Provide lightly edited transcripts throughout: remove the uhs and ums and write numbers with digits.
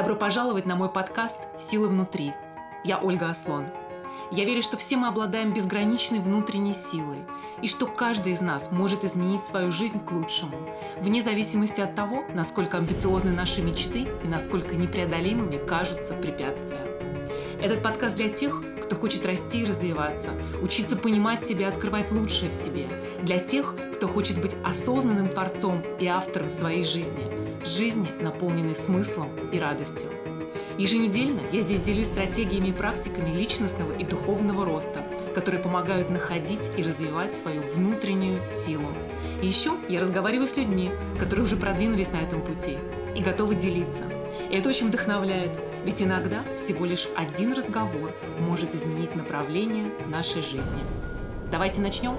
Добро пожаловать на мой подкаст «Сила внутри». Я Ольга Аслон. Я верю, что все мы обладаем безграничной внутренней силой, и что каждый из нас может изменить свою жизнь к лучшему, вне зависимости от того, насколько амбициозны наши мечты и насколько непреодолимыми кажутся препятствия. Этот подкаст для тех, кто хочет расти и развиваться, учиться понимать себя и открывать лучшее в себе, для тех, кто хочет быть осознанным творцом и автором своей жизни, наполненной смыслом и радостью. Еженедельно я здесь делюсь стратегиями и практиками личностного и духовного роста, которые помогают находить и развивать свою внутреннюю силу. И еще я разговариваю с людьми, которые уже продвинулись на этом пути и готовы делиться. И это очень вдохновляет, ведь иногда всего лишь один разговор может изменить направление нашей жизни. Давайте начнем.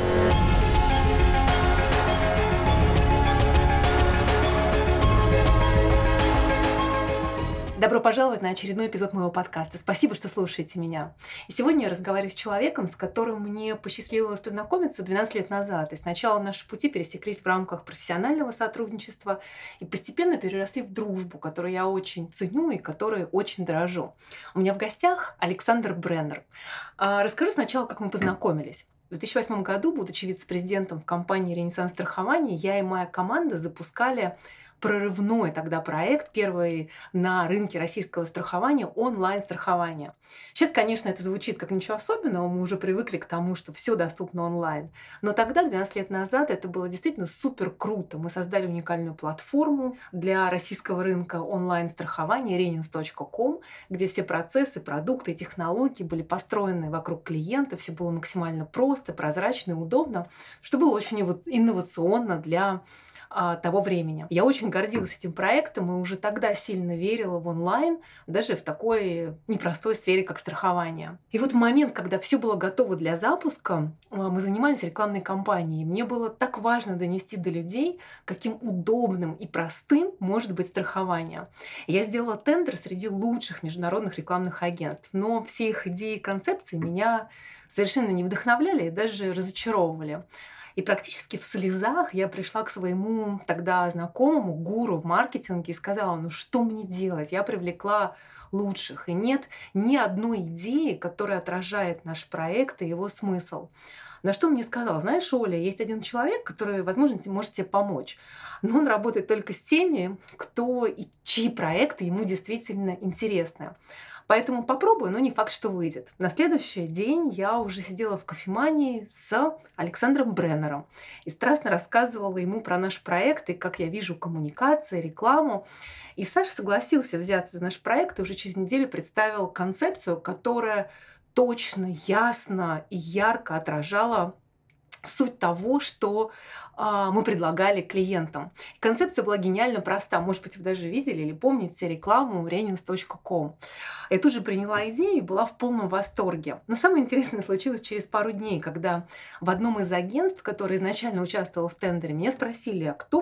Добро пожаловать на очередной эпизод моего подкаста. Спасибо, что слушаете меня. И сегодня я разговариваю с человеком, с которым мне посчастливилось познакомиться 12 лет назад. И сначала наши пути пересеклись в рамках профессионального сотрудничества и постепенно переросли в дружбу, которую я очень ценю и которой очень дорожу. У меня в гостях Александр Бреннер. Расскажу сначала, как мы познакомились. В 2008 году, будучи вице-президентом в компании «Ренессанс страхования», я и моя команда запускали прорывной тогда проект, первый на рынке российского страхования, онлайн-страхование. Сейчас, конечно, это звучит как ничего особенного, мы уже привыкли к тому, что все доступно онлайн. Но тогда, 12 лет назад, это было действительно супер круто. Мы создали уникальную платформу для российского рынка онлайн-страхования renins.com, где все процессы, продукты и технологии были построены вокруг клиента, все было максимально просто, прозрачно и удобно, что было очень инновационно для того времени. Я очень гордилась этим проектом и уже тогда сильно верила в онлайн, даже в такой непростой сфере, как страхование. И вот в момент, когда все было готово для запуска, мы занимались рекламной кампанией. Мне было так важно донести до людей, каким удобным и простым может быть страхование. Я сделала тендер среди лучших международных рекламных агентств, но все их идеи и концепции меня совершенно не вдохновляли и даже разочаровывали. И практически в слезах я пришла к своему тогда знакомому гуру в маркетинге и сказала, ну что мне делать? Я привлекла лучших, и нет ни одной идеи, которая отражает наш проект и его смысл. На что он мне сказал, знаешь, Оля, есть один человек, который, возможно, может тебе помочь, но он работает только с теми, кто и чьи проекты ему действительно интересны. Поэтому попробую, но не факт, что выйдет. На следующий день я уже сидела в кофемании с Александром Бреннером и страстно рассказывала ему про наш проект и как я вижу коммуникации, рекламу. И Саша согласился взяться за наш проект и уже через неделю представил концепцию, которая точно, ясно и ярко отражала суть того, что мы предлагали клиентам. Концепция была гениально проста. Может быть, вы даже видели или помните рекламу renins.com. Я тут же приняла идею и была в полном восторге. Но самое интересное случилось через пару дней, когда в одном из агентств, которое изначально участвовало в тендере, меня спросили, а кого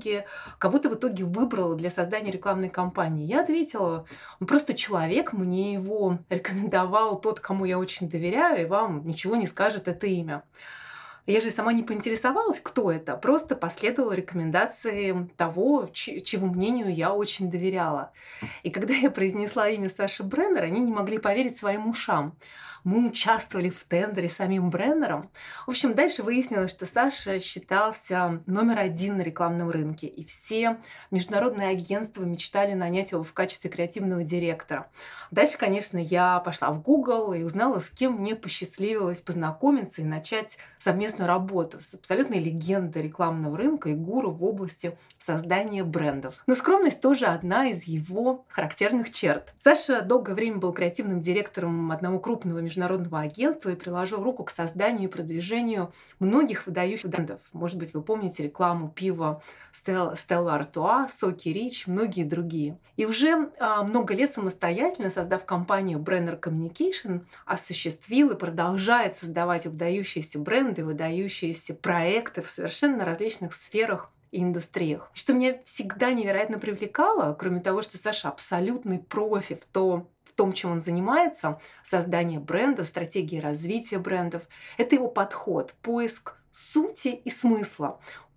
ты в итоге выбрала для создания рекламной кампании? Я ответила, просто человек, мне его рекомендовал тот, кому я очень доверяю, и вам ничего не скажет это имя. Я же сама не поинтересовалась, кто это, просто последовала рекомендации того, чьему мнению я очень доверяла. И когда я произнесла имя Саши Бреннера, они не могли поверить своим ушам. Мы участвовали в тендере с самим Бреннером. В общем, дальше выяснилось, что Саша считался номер один на рекламном рынке, и все международные агентства мечтали нанять его в качестве креативного директора. Дальше, конечно, я пошла в Google и узнала, с кем мне посчастливилось познакомиться и начать совместную работу с абсолютной легендой рекламного рынка и гуру в области создания брендов. Но скромность тоже одна из его характерных черт. Саша долгое время был креативным директором одного крупного международного агентства и приложил руку к созданию и продвижению многих выдающихся брендов. Может быть, вы помните рекламу пива Stella Artois, соки Рич, многие другие. И уже много лет самостоятельно, создав компанию Brenner Communication, осуществил и продолжает создавать выдающиеся бренды, выдающиеся проекты в совершенно различных сферах и индустриях. Что меня всегда невероятно привлекало, кроме того, что Саша абсолютный профи в том, чем он занимается, создание брендов, стратегии развития брендов, это его подход, поиск сути и смысла.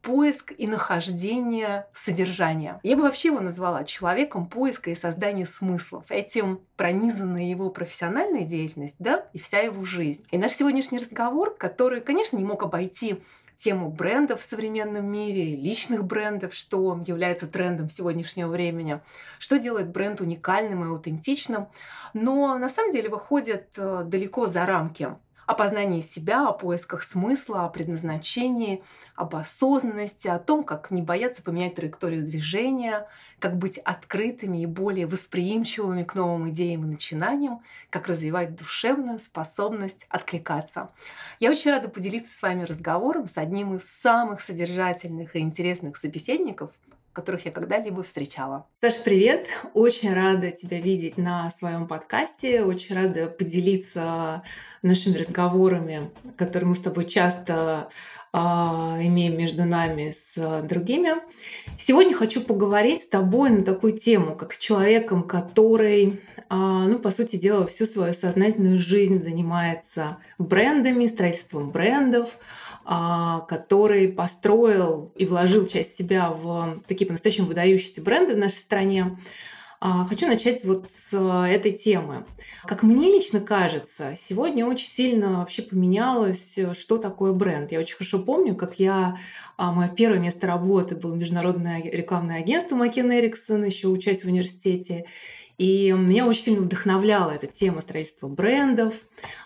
поиск и нахождение содержания. Я бы вообще его назвала человеком поиска и создания смыслов. Этим пронизана его профессиональная деятельность, да, и вся его жизнь. И наш сегодняшний разговор, который, конечно, не мог обойти тему брендов в современном мире, личных брендов, что является трендом сегодняшнего времени, что делает бренд уникальным и аутентичным, но на самом деле выходит далеко за рамки о себя, о поисках смысла, о предназначении, об осознанности, о том, как не бояться поменять траекторию движения, как быть открытыми и более восприимчивыми к новым идеям и начинаниям, как развивать душевную способность откликаться. Я очень рада поделиться с вами разговором с одним из самых содержательных и интересных собеседников, которых я когда-либо встречала. Саша, привет! Очень рада тебя видеть на своем подкасте. Очень рада поделиться нашими разговорами, которые мы с тобой часто имеем между нами с другими. Сегодня хочу поговорить с тобой на такую тему, как с человеком, который, по сути дела, всю свою сознательную жизнь занимается брендами, строительством брендов, который построил и вложил часть себя в такие по-настоящему выдающиеся бренды в нашей стране. Хочу начать вот с этой темы. Как мне лично кажется, сегодня очень сильно вообще поменялось, что такое бренд. Я очень хорошо помню, как мое первое место работы было международное рекламное агентство Макен Эриксон, еще учась в университете. И меня очень сильно вдохновляла эта тема строительства брендов.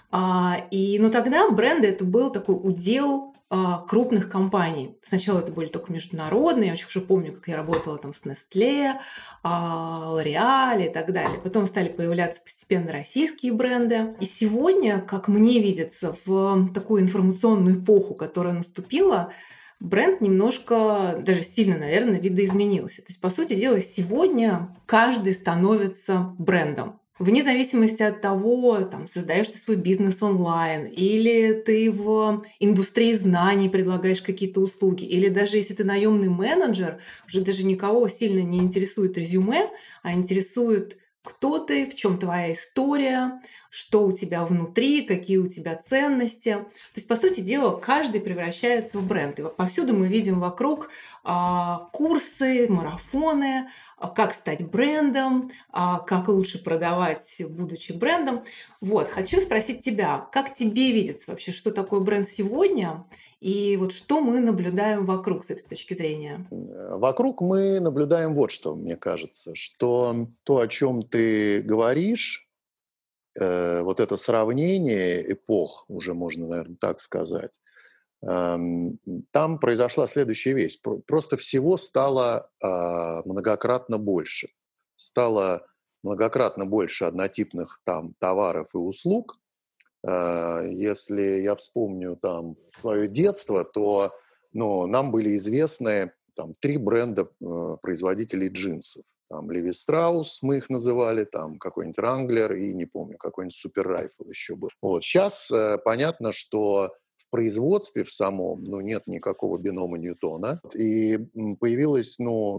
Но тогда бренды — это был такой удел крупных компаний. Сначала это были только международные. Я очень хорошо помню, как я работала там с Nestlé, L'Oréal и так далее. Потом стали появляться постепенно российские бренды. И сегодня, как мне видится, в такую информационную эпоху, которая наступила, бренд немножко, даже сильно, наверное, видоизменился. То есть, по сути дела, сегодня каждый становится брендом. Вне зависимости от того, создаешь ты свой бизнес онлайн, или ты в индустрии знаний предлагаешь какие-то услуги, или даже если ты наемный менеджер, уже даже никого сильно не интересует резюме, а интересует, кто ты, в чем твоя история, что у тебя внутри, какие у тебя ценности. То есть, по сути дела, каждый превращается в бренд. И повсюду мы видим вокруг курсы, марафоны, как стать брендом, как лучше продавать, будучи брендом. Вот, хочу спросить тебя, как тебе видится вообще, что такое бренд сегодня, и вот что мы наблюдаем вокруг с этой точки зрения? Вокруг мы наблюдаем вот что, мне кажется, что то, о чем ты говоришь, вот это сравнение эпох, уже можно, наверное, так сказать, там произошла следующая вещь. Просто всего стало многократно больше. Стало многократно больше однотипных там товаров и услуг. Если я вспомню там свое детство, то нам были известны там 3 бренда производителей джинсов. Там Levi Strauss мы их называли, там какой-нибудь Wrangler и не помню, какой-нибудь Super Rifle еще был. Вот. Сейчас понятно, что в производстве в самом нет никакого бинома Ньютона. И появилось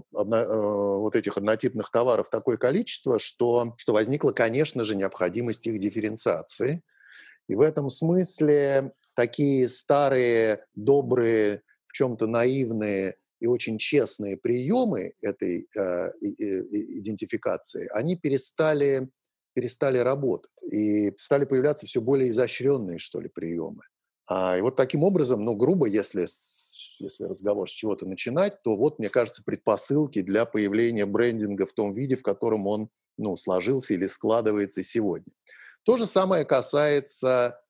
вот этих однотипных товаров такое количество, что возникла, конечно же, необходимость их дифференциации. И в этом смысле такие старые, добрые, в чем-то наивные и очень честные приемы этой идентификации, они перестали работать. И стали появляться все более изощренные, что ли, приемы. И вот таким образом, грубо, если разговор с чего-то начинать, то вот, мне кажется, предпосылки для появления брендинга в том виде, в котором он сложился или складывается сегодня. То же самое касается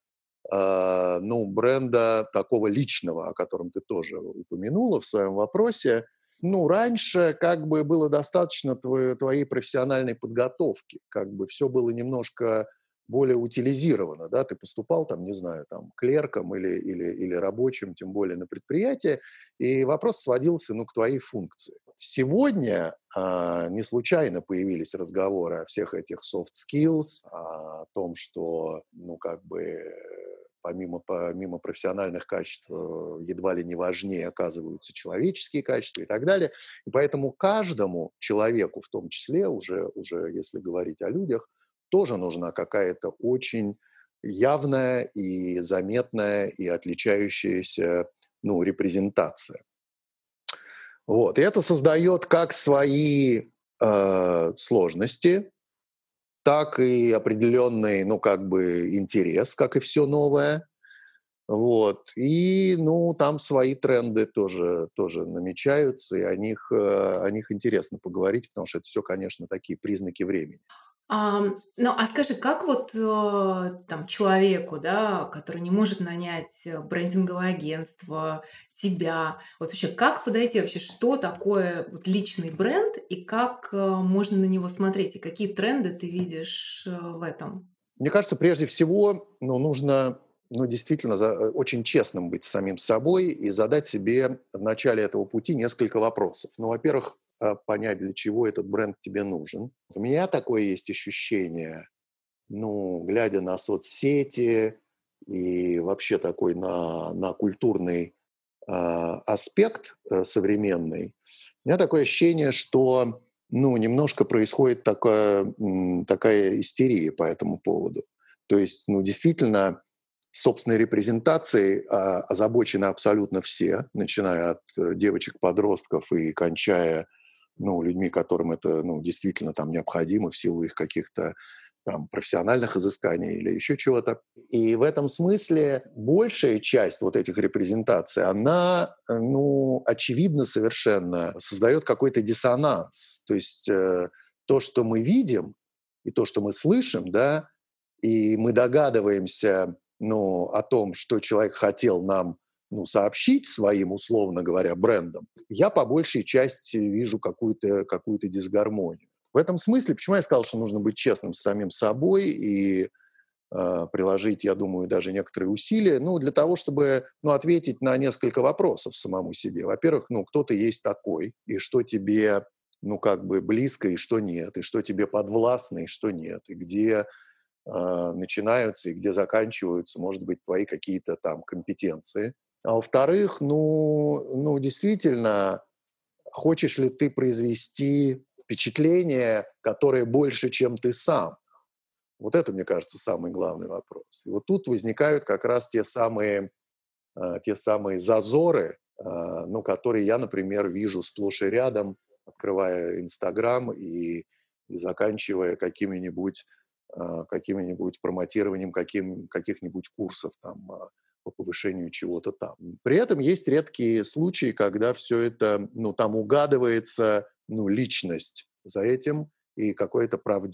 бренда такого личного, о котором ты тоже упомянула в своем вопросе. Раньше как бы было достаточно твоей профессиональной подготовки, как бы все было немножко более утилизировано, да, ты поступал там, не знаю, там, клерком или рабочим, тем более на предприятии, и вопрос сводился, к твоей функции. Сегодня не случайно появились разговоры о всех этих soft skills, о том, что, помимо профессиональных качеств едва ли не важнее оказываются человеческие качества и так далее. И поэтому каждому человеку, в том числе, уже если говорить о людях, тоже нужна какая-то очень явная и заметная и отличающаяся репрезентация. Вот. И это создает как свои сложности, так и определенный, ну, как бы интерес, как и все новое. Вот. И, ну, там свои тренды тоже намечаются, и о них интересно поговорить, потому что это все, конечно, такие признаки времени. Ну, а скажи, как вот, там человеку, да, который не может нанять, брендинговое агентство, тебя, вот вообще как подойти вообще, что такое вот личный бренд и как, можно на него смотреть, и какие тренды ты видишь, в этом? Мне кажется, прежде всего, ну, нужно, ну, действительно, очень честным быть с самим собой и задать себе в начале этого пути несколько вопросов. Ну, во-первых, понять, для чего этот бренд тебе нужен. У меня такое есть ощущение, ну, глядя на соцсети и вообще такой на культурный аспект современный, у меня такое ощущение, что, ну, немножко происходит такая истерия по этому поводу. То есть, ну, действительно, собственной репрезентацией озабочены абсолютно все, начиная от девочек-подростков и кончая, ну, людьми, которым это, ну, действительно там необходимо в силу их каких-то там профессиональных изысканий или еще чего-то. И в этом смысле большая часть вот этих репрезентаций, она, ну, очевидно совершенно создает какой-то диссонанс. То есть то, что мы видим, и то, что мы слышим, да, и мы догадываемся, ну, о том, что человек хотел нам, ну, сообщить своим, условно говоря, брендом, я по большей части вижу какую-то дисгармонию. В этом смысле, почему я сказал, что нужно быть честным с самим собой и приложить, я думаю, даже некоторые усилия, ну, для того, чтобы, ну, ответить на несколько вопросов самому себе. Во-первых, ну, кто ты есть такой, и что тебе, ну, как бы близко, и что нет, и что тебе подвластно, и что нет, и где начинаются и где заканчиваются, может быть, твои какие-то там компетенции. А во-вторых, ну, действительно, хочешь ли ты произвести впечатление, которое больше, чем ты сам? Вот это, мне кажется, самый главный вопрос. И вот тут возникают как раз те самые зазоры, ну, которые я, например, вижу сплошь и рядом, открывая Инстаграм и заканчивая какими-нибудь промотированием каких-нибудь курсов там, по повышению чего-то там. При этом есть редкие случаи, когда все это, ну, там угадывается, ну, личность за этим и какое-то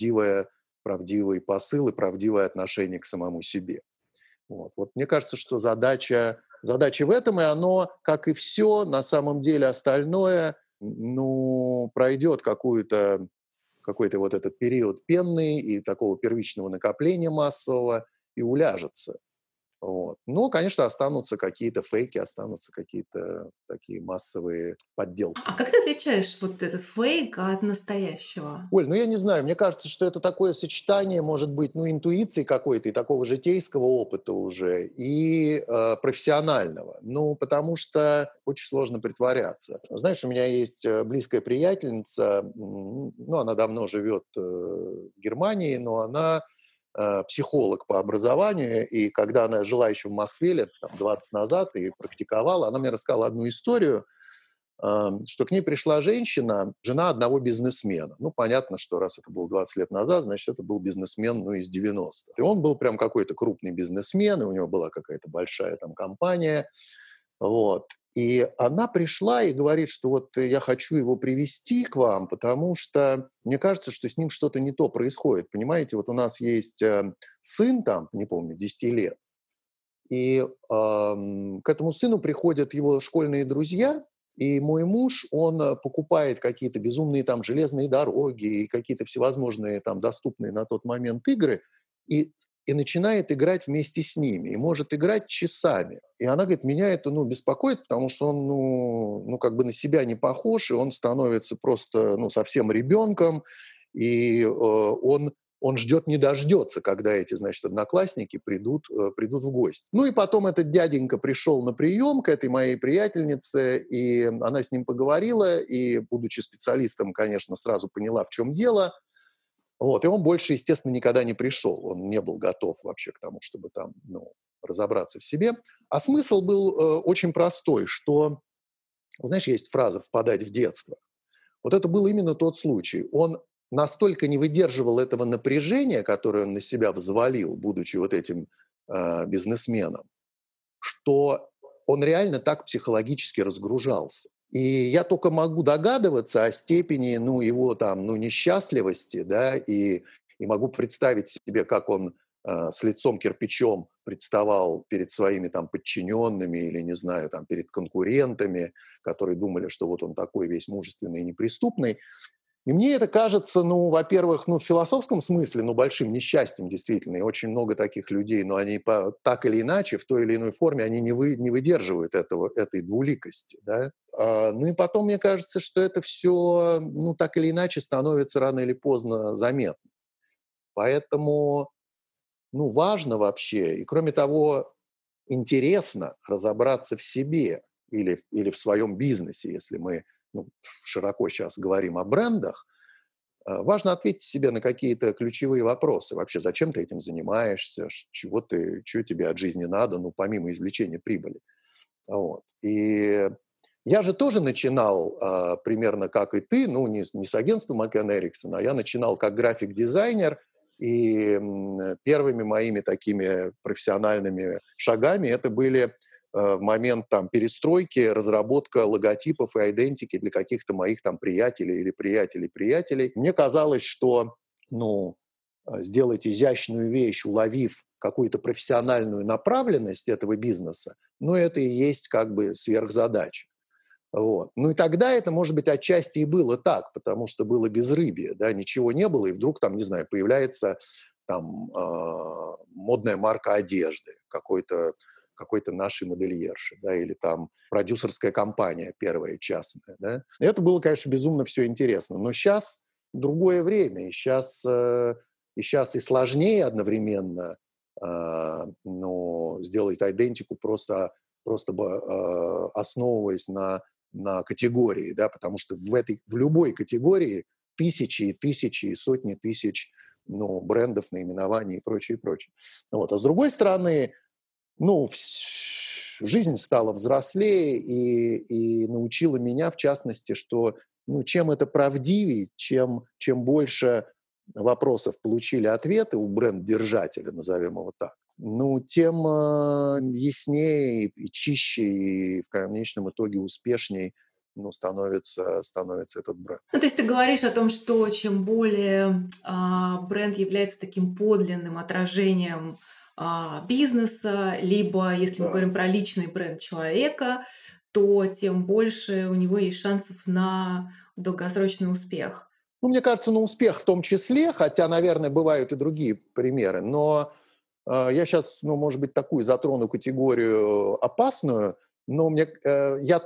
правдивый посыл и правдивое отношение к самому себе. Вот мне кажется, что задача в этом, и оно, как и все, на самом деле остальное, ну, пройдет какой-то вот этот период пенный и такого первичного накопления массового и уляжется. Вот. Но, конечно, останутся какие-то фейки, останутся какие-то такие массовые А подделки. как ты отличаешь вот этот фейк от настоящего? Оль, ну я не знаю, мне кажется, что это такое сочетание, может быть, ну, интуиции какой-то и такого житейского опыта уже, и профессионального. Ну, потому что очень сложно притворяться. Знаешь, у меня есть близкая приятельница, ну, она давно живет в Германии, но она психолог по образованию, и когда она жила еще в Москве лет там, 20 назад и практиковала, она мне рассказала одну историю, что к ней пришла женщина, жена одного бизнесмена. Ну, понятно, что раз это было 20 лет назад, значит, это был бизнесмен, ну, из 90-х. И он был прям какой-то крупный бизнесмен, и у него была какая-то большая там компания. Вот. И она пришла и говорит, что вот я хочу его привести к вам, потому что мне кажется, что с ним что-то не то происходит. Понимаете, вот у нас есть сын там, не помню, 10 лет, и к этому сыну приходят его школьные друзья, и мой муж, он покупает какие-то безумные там железные дороги и какие-то всевозможные там доступные на тот момент игры, и, и начинает играть вместе с ними, и может играть часами. И она говорит, меня это, ну, беспокоит, потому что он, ну, как бы на себя не похож, и он становится просто, ну, совсем ребенком, и он ждет не дождется, когда эти, значит, одноклассники придут в гости. Ну и потом этот дяденька пришел на прием к этой моей приятельнице, и она с ним поговорила, и, будучи специалистом, конечно, сразу поняла, в чем дело. Вот, и он больше, естественно, никогда не пришел. Он не был готов вообще к тому, чтобы там, ну, разобраться в себе. А смысл был очень простой, что Знаешь, есть фраза «впадать в детство». Вот это был именно тот случай. Он настолько не выдерживал этого напряжения, которое он на себя взвалил, будучи вот этим бизнесменом, что он реально так психологически разгружался. И я только могу догадываться о степени, ну, его там, ну, несчастливости, да, и могу представить себе, как он с лицом кирпичом представал перед своими там подчиненными или, не знаю, там перед конкурентами, которые думали, что вот он такой весь мужественный и неприступный. И мне это кажется, ну, во-первых, ну, в философском смысле, ну, большим несчастьем действительно. И очень много таких людей, но они так или иначе, в той или иной форме, они не выдерживают этой двуликости, да. Ну и потом, мне кажется, что это все, ну, так или иначе становится рано или поздно заметно. Поэтому, ну, важно вообще, и кроме того, интересно разобраться в себе или в своем бизнесе, если мы, ну, широко сейчас говорим о брендах. Важно ответить себе на какие-то ключевые вопросы. Вообще, зачем ты этим занимаешься, чего тебе от жизни надо, ну, помимо извлечения прибыли. Вот. И я же тоже начинал примерно как и ты, ну, не с агентством Макен Эриксон, а я начинал как график-дизайнер, и первыми моими такими профессиональными шагами это были в момент там перестройки, разработка логотипов и идентики для каких-то моих там приятелей или приятелей. Мне казалось, что, ну, сделать изящную вещь, уловив какую-то профессиональную направленность этого бизнеса, ну, это и есть как бы сверхзадача. Вот. Ну и тогда это, может быть, отчасти и было так, потому что было безрыбье, да, ничего не было, и вдруг там, не знаю, появляется там модная марка одежды, какой-то нашей модельерши, да, или там продюсерская компания первая частная, да. Это было, конечно, безумно все интересно, но сейчас другое время, и сейчас и сложнее одновременно, ну, сделать идентику просто основываясь на категории, да, потому что в любой категории тысячи и тысячи и сотни тысяч, ну, брендов, наименований и прочее, и прочее. Вот. А с другой стороны, ну, жизнь стала взрослее и научила меня, в частности, что, ну, чем это правдивее, чем больше вопросов получили ответы у бренд-держателя, назовем его так, ну, тем яснее и чище, и в конечном итоге успешней, ну, становится этот бренд. Ну, то есть ты говоришь о том, что чем более бренд является таким подлинным отражением бизнеса, либо если мы Да. говорим про личный бренд человека, то тем больше у него есть шансов на долгосрочный успех. Ну, мне кажется, на успех в том числе, хотя, наверное, бывают и другие примеры, но я сейчас, ну, может быть, такую затрону категорию опасную, но я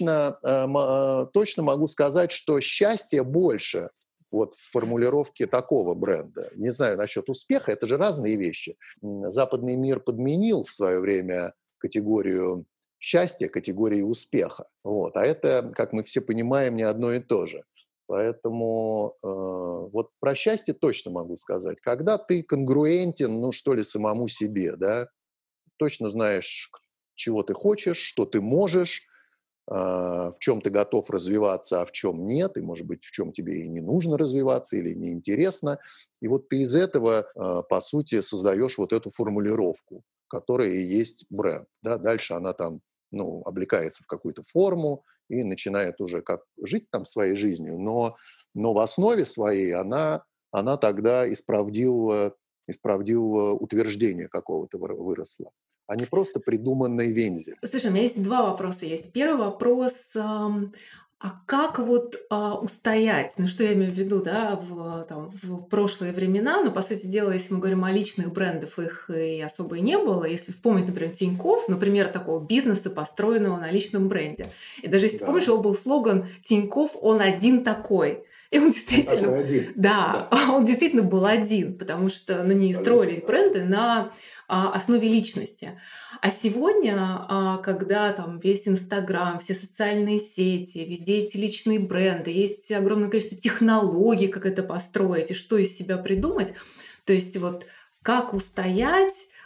точно могу сказать, что счастье больше вот в формулировке такого бренда. Не знаю насчет успеха, это же разные вещи. Западный мир подменил в свое время категорию счастья категорией успеха. Вот. А это, как мы все понимаем, не одно и то же. Поэтому вот про счастье точно могу сказать. Когда ты конгруентен, ну что ли, самому себе, да, точно знаешь, чего ты хочешь, что ты можешь, в чем ты готов развиваться, а в чем нет, и, может быть, в чем тебе и не нужно развиваться или неинтересно. И вот ты из этого, по сути, создаешь вот эту формулировку, которая и есть бренд. Да? Дальше она там, ну, облекается в какую-то форму и начинает уже как жить там своей жизнью, но в основе своей она тогда из правдивого утверждения какого-то выросла, а не просто придуманный вензель. Слушай, у меня есть 2 вопроса есть. Первый вопрос, а как вот, устоять? Ну, что я имею в виду, да, в прошлые времена. Ну, по сути дела, если мы говорим о личных брендах, их и особо и не было. Если вспомнить, например, Тинькофф, например, такого бизнеса, построенного на личном бренде. И даже если ты помнишь, Да, его был слоган «Тинькофф, он один такой». И он он действительно, такой один. да, Да, он действительно был один, потому что, ну, не абсолютно строились согласен. бренды на, основе личности. А сегодня, когда там весь Инстаграм, все социальные сети, везде эти личные бренды, есть огромное количество технологий, как это построить и что из себя придумать. То есть вот как устоять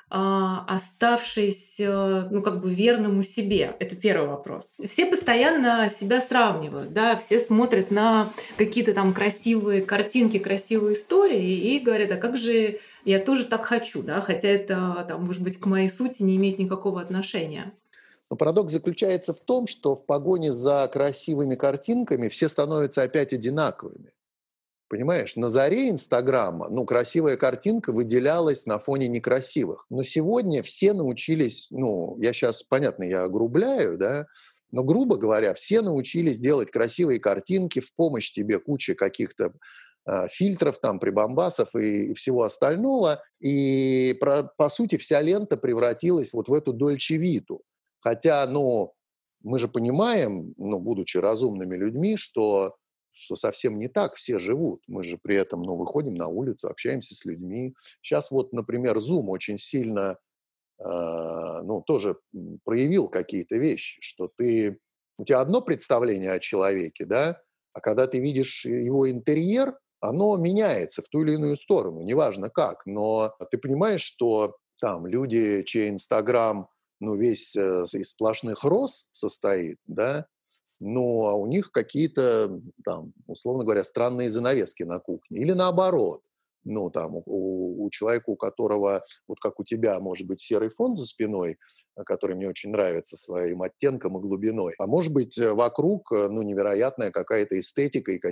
оставшись, ну, как бы верному себе? Это первый вопрос. Все постоянно себя сравнивают, да, все смотрят на какие-то там красивые картинки, красивые истории и говорят: "А как же я тоже так хочу", да, хотя это там, может быть, к моей сути не имеет никакого отношения. Но парадокс заключается в том, что в погоне за красивыми картинками все становятся опять одинаковыми. Понимаешь, на заре Инстаграма, ну, красивая картинка выделялась на фоне некрасивых. Но сегодня все научились, ну, я сейчас, понятно, я огрубляю, да, но, грубо говоря, все научились делать красивые картинки, в помощь тебе куча каких-то фильтров, там, прибамбасов и всего остального. И, по сути, вся лента превратилась вот в эту Дольче Виту. Хотя, ну, мы же понимаем, ну, будучи разумными людьми, что совсем не так все живут. Мы же при этом, ну, выходим на улицу, общаемся с людьми. Сейчас вот, например, Zoom очень сильно, ну, тоже проявил какие-то вещи, что у тебя одно представление о человеке, да, а когда ты видишь его интерьер, оно меняется в ту или иную сторону, неважно как, но ты понимаешь, что там люди, чей Инстаграм, ну, весь из сплошных роз состоит, да, ну, а у них какие-то, там, условно говоря, странные занавески на кухне. Или наоборот, ну, там, у человека, у которого, вот как у тебя, может быть, серый фон за спиной, который мне очень нравится своим оттенком и глубиной, а может быть, вокруг, ну, невероятная какая-то эстетика и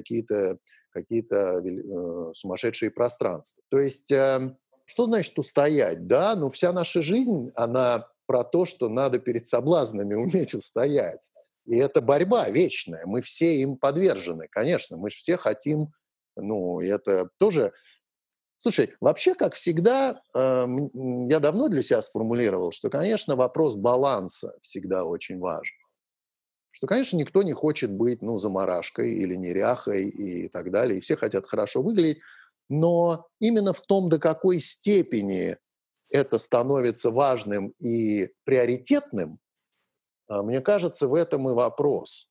какие-то сумасшедшие пространства. То есть, что значит устоять? Да, но вся наша жизнь, она про то, что надо перед соблазнами уметь устоять. И это борьба вечная. Мы все им подвержены, конечно. Мы же все хотим, ну, и это тоже. Слушай, вообще, как всегда, я давно для себя сформулировал, что, конечно, вопрос баланса всегда очень важен. Что, конечно, никто не хочет быть, ну, заморашкой или неряхой и так далее, и все хотят хорошо выглядеть, но именно в том, до какой степени это становится важным и приоритетным, мне кажется, в этом и вопрос.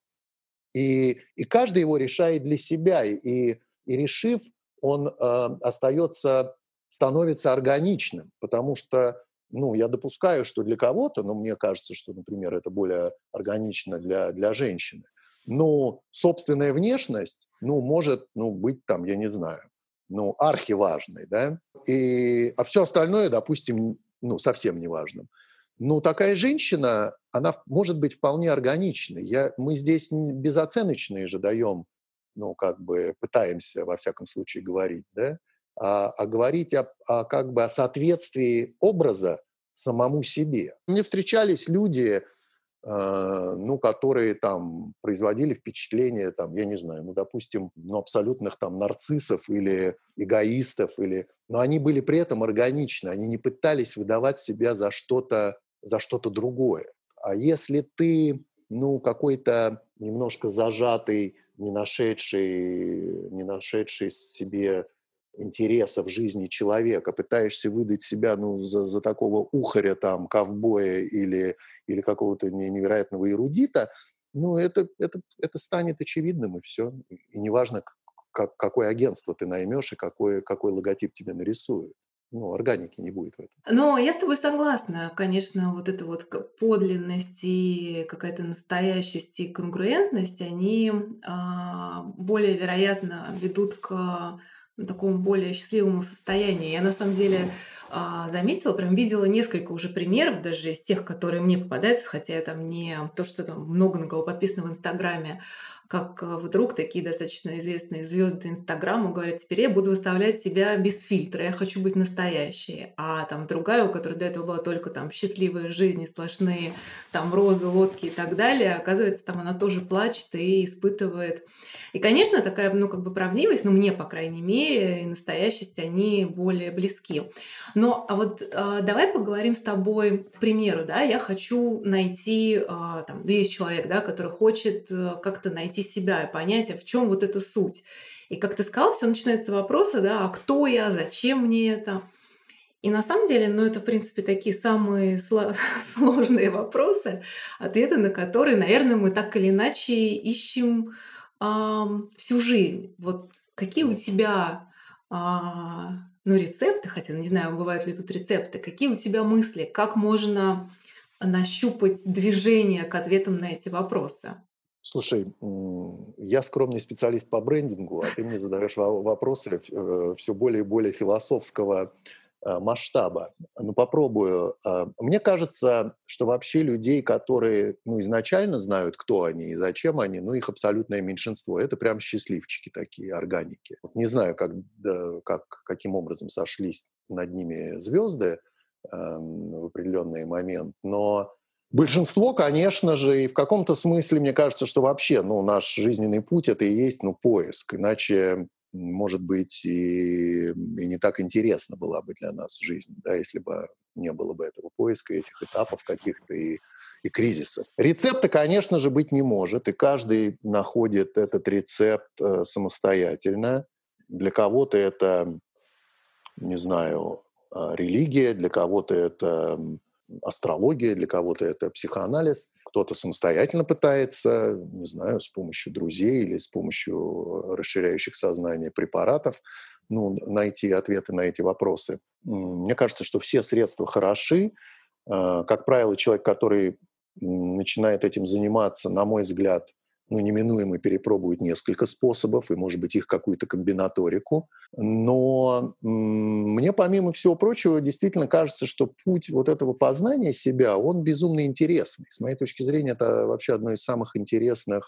И каждый его решает для себя, и решив, он остается, становится органичным, потому что, ну, я допускаю, что для кого-то, но мне кажется, что, например, это более органично для женщины, ну, собственная внешность, ну, может, ну, быть там, я не знаю, ну, архиважной, да, а все остальное, допустим, ну, совсем неважным. Ну, такая женщина, она может быть вполне органичной. Мы здесь безоценочные же даем, ну, как бы пытаемся, во всяком случае, говорить, да, говорить как бы о соответствии образа самому себе. Мне встречались люди, ну, которые там производили впечатление, там, я не знаю, ну, допустим, ну, абсолютных там нарциссов или эгоистов, но они были при этом органичны, они не пытались выдавать себя за что-то другое. А если ты, ну, какой-то немножко зажатый, не нашедший себе интереса в жизни человека, пытаешься выдать себя, ну, за такого ухаря, там, ковбоя или какого-то невероятного эрудита, ну, это станет очевидным, и все. И неважно, какое агентство ты наймешь и какой логотип тебе нарисуют. Ну, органики не будет в этом. Но я с тобой согласна. Конечно, вот эта вот подлинность и какая-то настоящесть и конгруентность, они более вероятно ведут к такому более счастливому состоянию. Я на самом деле заметила, прям видела несколько уже примеров, даже из тех, которые мне попадаются, хотя я там не то, что там много на кого подписано в Инстаграме, как вдруг такие достаточно известные звезды Инстаграма говорят: теперь я буду выставлять себя без фильтра, я хочу быть настоящей. А там другая, у которой до этого была только там счастливая жизнь, сплошные там розы, лодки и так далее, оказывается, там она тоже плачет и испытывает. И, конечно, такая, ну, как бы правдивость, ну, мне, по крайней мере, и настоящесть, они более близки. Но а вот давай поговорим с тобой, к примеру, да, я хочу найти, там, да, есть человек, да, который хочет как-то найти себя и понять, а в чем вот эта суть. И как ты сказал, все начинается с вопроса, да, а кто я, зачем мне это? И на самом деле, ну, это, в принципе, такие самые сложные вопросы, ответы на которые, наверное, мы так или иначе ищем всю жизнь. Вот какие у тебя Ну, рецепты, хотя, не знаю, бывают ли тут рецепты. Какие у тебя мысли? Как можно нащупать движение к ответам на эти вопросы? Слушай, я скромный специалист по брендингу, а ты мне задаешь вопросы все более и более философского масштаба. Ну, попробую. Мне кажется, что вообще людей, которые изначально знают, кто они и зачем они, их абсолютное меньшинство. Это прям счастливчики такие, органики. Вот не знаю, каким образом сошлись над ними звезды в определенный момент, но большинство, конечно же, и в каком-то смысле, мне кажется, что вообще, наш жизненный путь — это и есть, поиск. Иначе, может быть, и не так интересно была бы для нас жизнь, да, если бы не было бы этого поиска, этих этапов каких-то и кризисов. Рецепта, конечно же, быть не может, и каждый находит этот рецепт самостоятельно. Для кого-то это, не знаю, религия, для кого-то это астрология, для кого-то это психоанализ, кто-то самостоятельно пытается, не знаю, с помощью друзей или с помощью расширяющих сознание препаратов, найти ответы на эти вопросы. Мне кажется, что все средства хороши. Как правило, человек, который начинает этим заниматься, на мой взгляд, неминуемо перепробует несколько способов и, может быть, их какую-то комбинаторику. Но мне, помимо всего прочего, действительно кажется, что путь вот этого познания себя, он безумно интересный. С моей точки зрения, это вообще одно из самых интересных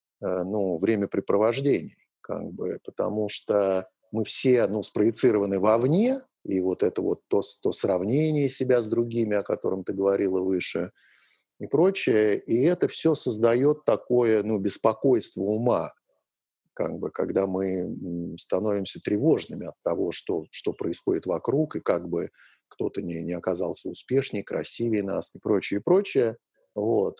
времяпрепровождений, как бы, потому что мы все спроецированы вовне, и вот это вот то сравнение себя с другими, о котором ты говорила выше, и прочее, и это все создает такое беспокойство ума, как бы, когда мы становимся тревожными от того, что происходит вокруг, и как бы кто-то не оказался успешнее, красивее нас и прочее, и прочее. Вот.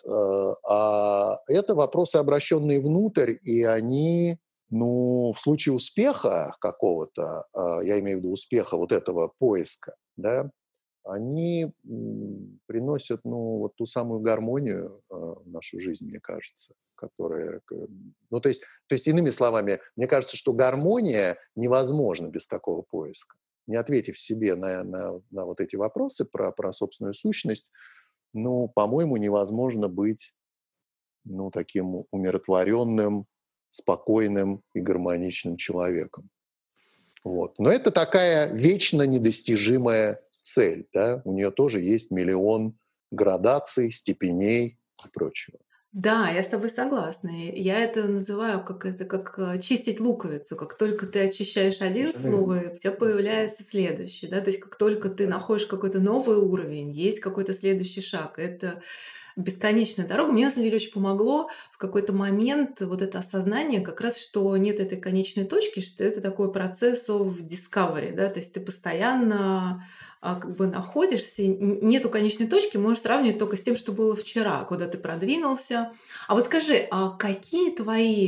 А это вопросы, обращенные внутрь, и они, в случае успеха какого-то, я имею в виду успеха вот этого поиска, да, они приносят, вот ту самую гармонию в нашу жизнь, мне кажется, которая, то есть, иными словами, мне кажется, что гармония невозможна без такого поиска. Не ответив себе на вот эти вопросы про собственную сущность, по-моему, невозможно быть, таким умиротворенным, спокойным и гармоничным человеком. Вот. Но это такая вечно недостижимая цель. Да? У нее тоже есть миллион градаций, степеней и прочего. Да, я с тобой согласна. И я это называю как чистить луковицу. Как только ты очищаешь один Совершенно верно. слой, у тебя появляется следующий, да. То есть как только ты Да. находишь какой-то новый уровень, есть какой-то следующий шаг. Это бесконечная дорога. Мне на самом деле очень помогло в какой-то момент вот это осознание как раз, что нет этой конечной точки, что это такой процесс of discovery, да, то есть ты постоянно как бы находишься, нету конечной точки, можешь сравнивать только с тем, что было вчера, куда ты продвинулся. А вот скажи, а какие твои,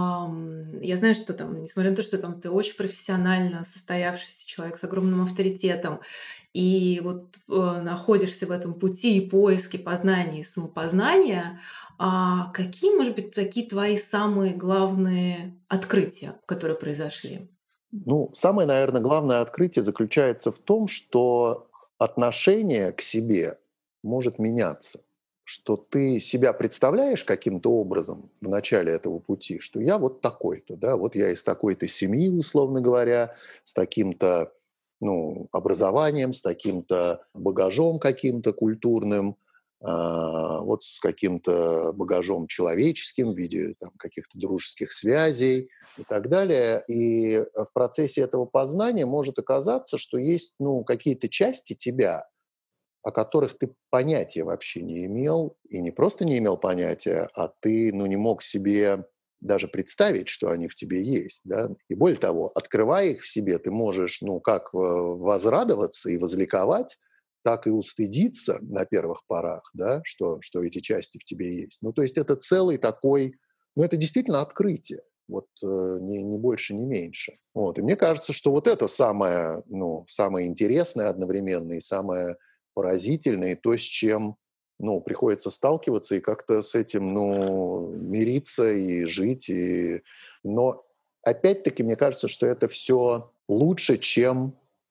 я знаю, что там, несмотря на то, что там ты очень профессионально состоявшийся человек с огромным авторитетом, и вот, находишься в этом пути и поиске познания и самопознания, какие, может быть, такие твои самые главные открытия, которые произошли? Самое, наверное, главное открытие заключается в том, что отношение к себе может меняться. Что ты себя представляешь каким-то образом в начале этого пути, что я вот такой-то, да, вот я из такой-то семьи, условно говоря, с таким-то образованием, с таким-то багажом каким-то культурным, вот с каким-то багажом человеческим в виде там, каких-то дружеских связей, и так далее. И в процессе этого познания может оказаться, что есть какие-то части тебя, о которых ты понятия вообще не имел, и не просто не имел понятия, а ты не мог себе даже представить, что они в тебе есть. Да? И более того, открывая их в себе, ты можешь как возрадоваться и возликовать, так и устыдиться на первых порах, да, что эти части в тебе есть. То есть это целый такой, это действительно открытие. Вот ни больше, ни меньше. Вот. И мне кажется, что вот это самое интересное одновременно и самое поразительное, и то, с чем приходится сталкиваться и как-то с этим мириться и жить. Но опять-таки мне кажется, что это все лучше, чем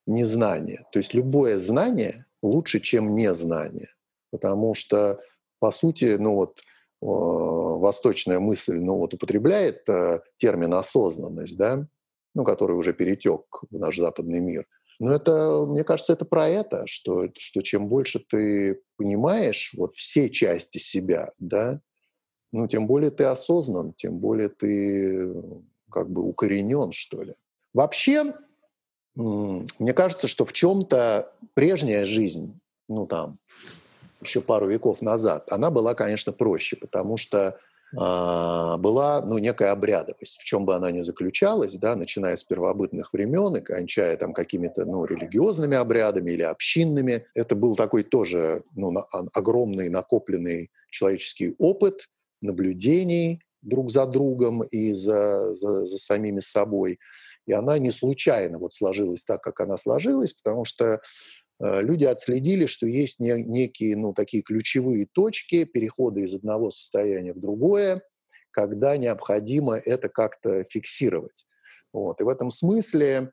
незнание. То есть любое знание лучше, чем незнание. Потому что, по сути, восточная мысль, употребляет термин осознанность, да, который уже перетек в наш западный мир. Но это, мне кажется, это про это, что чем больше ты понимаешь вот все части себя, да, тем более ты осознан, тем более ты как бы укоренен, что ли. Вообще, мне кажется, что в чем-то прежняя жизнь, еще пару веков назад, она была, конечно, проще, потому что была, некая обрядовость, в чем бы она ни заключалась, да, начиная с первобытных времен и кончая там какими-то, религиозными обрядами или общинными. Это был такой тоже, огромный накопленный человеческий опыт наблюдений друг за другом и за самими собой. И она не случайно вот сложилась так, как она сложилась, потому что люди отследили, что есть некие, такие ключевые точки перехода из одного состояния в другое, когда необходимо это как-то фиксировать. Вот. И в этом смысле,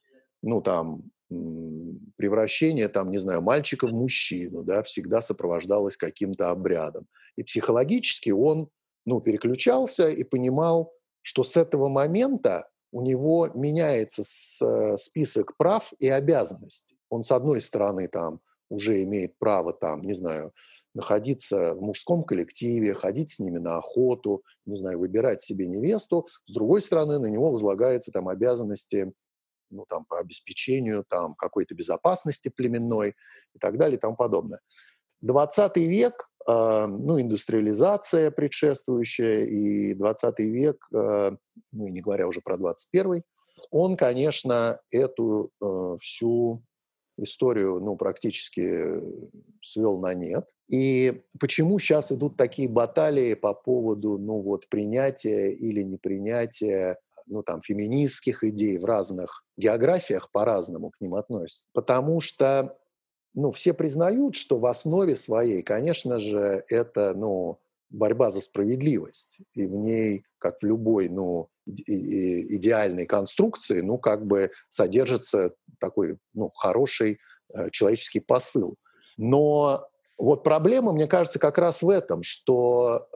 превращение, мальчика в мужчину, да, всегда сопровождалось каким-то обрядом. И психологически он, переключался и понимал, что с этого момента у него меняется список прав и обязанностей. Он, с одной стороны, уже имеет право, находиться в мужском коллективе, ходить с ними на охоту, выбирать себе невесту. С другой стороны, на него возлагаются обязанности по обеспечению какой-то безопасности племенной и так далее и тому подобное. 20 век, индустриализация предшествующая, и 20 век, и не говоря уже про 21, он, конечно, эту всю историю, практически свел на нет. И почему сейчас идут такие баталии по поводу, принятия или непринятия, феминистских идей в разных географиях, по-разному к ним относятся? Потому что все признают, что в основе своей, конечно же, это, борьба за справедливость. И в ней, как в любой, идеальной конструкции, содержится такой, хороший человеческий посыл. Но вот проблема, мне кажется, как раз в этом, что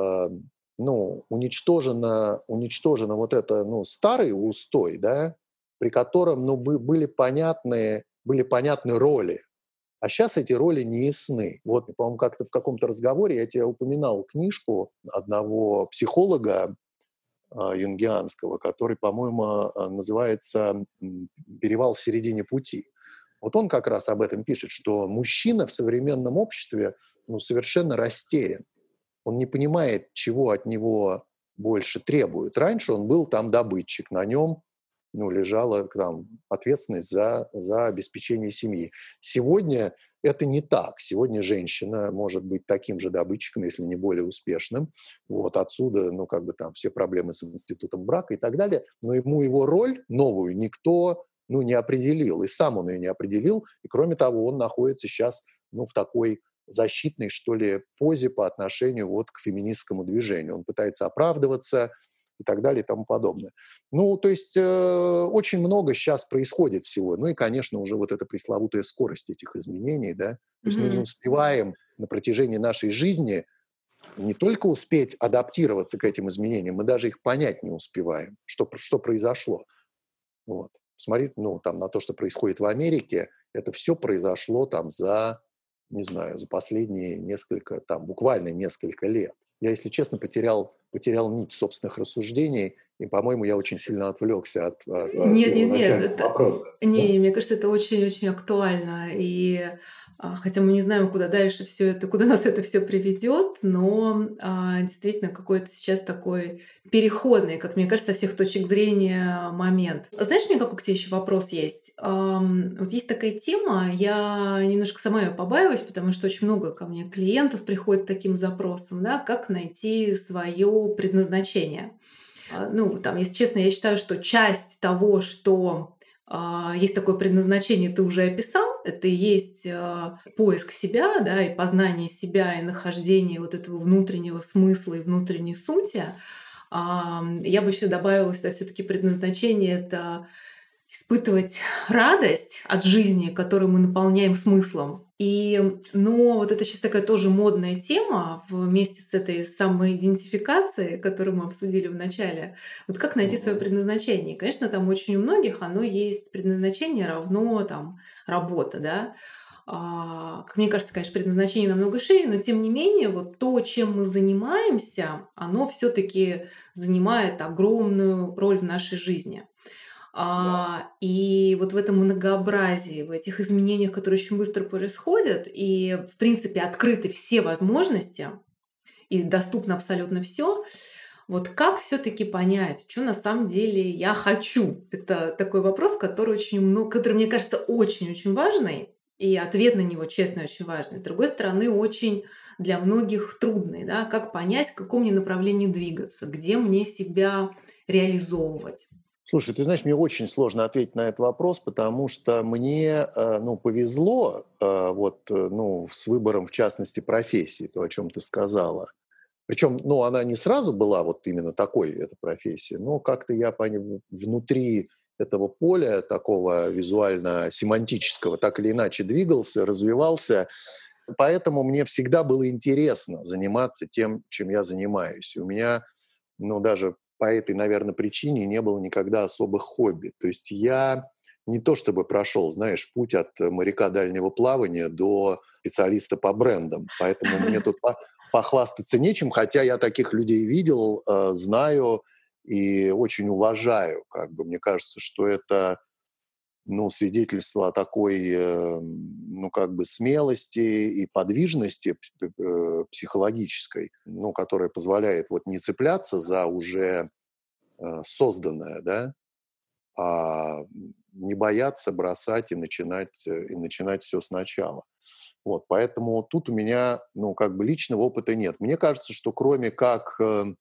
уничтожено вот это, старый устой, да, при котором, были понятны роли. А сейчас эти роли не ясны. Вот, по-моему, как-то в каком-то разговоре я тебе упоминал книжку одного психолога юнгианского, который, по-моему, называется «Перевал в середине пути». Вот он как раз об этом пишет, что мужчина в современном обществе совершенно растерян. Он не понимает, чего от него больше требуют. Раньше он был добытчик, на нем лежала ответственность за обеспечение семьи. Сегодня это не так. Сегодня женщина может быть таким же добытчиком, если не более успешным. Вот отсюда, все проблемы с институтом брака и так далее. Но ему его роль новую никто, не определил. И сам он ее не определил. И кроме того, он находится сейчас, в такой защитной, что ли, позе по отношению к феминистскому движению. Он пытается оправдываться и так далее и тому подобное. То есть очень много сейчас происходит всего. И, конечно, уже вот эта пресловутая скорость этих изменений, да. То есть мы не успеваем на протяжении нашей жизни не только успеть адаптироваться к этим изменениям, мы даже их понять не успеваем, что произошло. Вот. Смотри, на то, что происходит в Америке, это все произошло за последние буквально несколько лет. Я, если честно, потерял нить собственных рассуждений, и, по-моему, я очень сильно отвлекся от Нет, первоначального вопроса. мне кажется, это очень-очень актуально. И хотя мы не знаем, куда дальше все это, куда нас это все приведет, но действительно какой-то сейчас такой переходный, как мне кажется, со всех точек зрения момент. Знаешь, у меня какой к тебе еще вопрос есть? Вот есть такая тема, я немножко сама ее побаиваюсь, потому что очень много ко мне клиентов приходит с таким запросом, да, как найти свое предназначение. Если честно, я считаю, что часть того, что есть такое предназначение, ты уже описал. Это и есть поиск себя, да, и познание себя, и нахождение вот этого внутреннего смысла и внутренней сути. Я бы еще добавила сюда все-таки предназначение — это испытывать радость от жизни, которую мы наполняем смыслом. Но вот это сейчас такая тоже модная тема вместе с этой самоидентификацией, которую мы обсудили в начале. Вот как найти свое Мгм. предназначение? Конечно, там очень у многих оно есть предназначение равно там работа, да. Как мне кажется, конечно, предназначение намного шире, но тем не менее, вот то, чем мы занимаемся, оно все-таки занимает огромную роль в нашей жизни. Да. И вот в этом многообразии, в этих изменениях, которые очень быстро происходят, и, в принципе, открыты все возможности, и доступно абсолютно все. Вот как все-таки понять, что на самом деле я хочу? Это такой вопрос, который очень много, который, мне кажется, очень-очень важный, и ответ на него, честно, очень важный. С другой стороны, очень для многих трудный, да, как понять, в каком мне направлении двигаться, где мне себя реализовывать. Слушай, ты знаешь, мне очень сложно ответить на этот вопрос, потому что мне, ну, повезло, ну, с выбором, в частности, профессии, то, о чем ты сказала. Причем, ну, она не сразу была вот именно такой, эта профессия, но как-то я внутри этого поля такого визуально-семантического так или иначе двигался, развивался. Поэтому мне всегда было интересно заниматься тем, чем я занимаюсь. И у меня, ну, даже по этой, наверное, причине не было никогда особых хобби. То есть я не то чтобы прошел, знаешь, путь от моряка дальнего плавания до специалиста по брендам. Поэтому мне тут похвастаться нечем, хотя я таких людей видел, знаю и очень уважаю. Как бы мне кажется, что это, ну, свидетельство о такой, ну, как бы смелости и подвижности психологической, ну, которая позволяет вот не цепляться за уже созданное, да, а не бояться бросать и начинать все сначала. Вот, поэтому тут у меня, ну, как бы личного опыта нет. Мне кажется, что кроме как,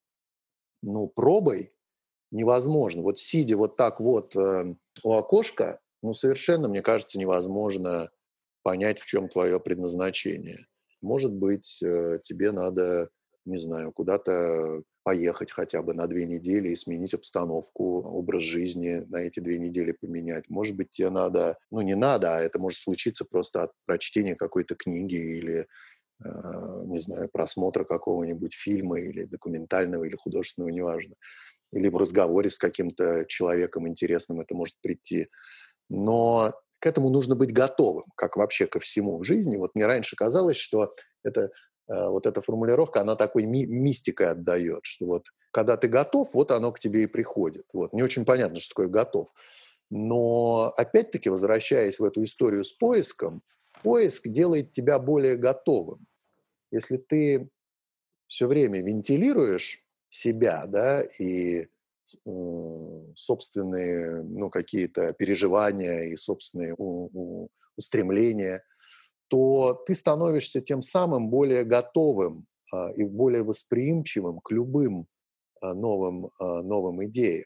ну, пробой невозможно. Вот сидя вот так вот у окошка, ну, совершенно, мне кажется, невозможно понять, в чем твое предназначение. Может быть, тебе надо, не знаю, куда-то поехать хотя бы на 2 недели и сменить обстановку, образ жизни на эти 2 недели поменять. Может быть, тебе надо, ну не надо, а это может случиться просто от прочтения какой-то книги или, не знаю, просмотра какого-нибудь фильма или документального, или художественного, неважно. Или в разговоре с каким-то человеком интересным это может прийти. Но к этому нужно быть готовым, как вообще ко всему в жизни. Вот мне раньше казалось, что это, вот эта формулировка, она такой мистикой отдает, что вот когда ты готов, вот оно к тебе и приходит. Вот. Не очень понятно, что такое готов. Но опять-таки, возвращаясь в эту историю с поиском, поиск делает тебя более готовым. Если ты все время вентилируешь себя, да, и собственные, ну, какие-то переживания и собственные устремления, то ты становишься тем самым более готовым и более восприимчивым к любым новым идеям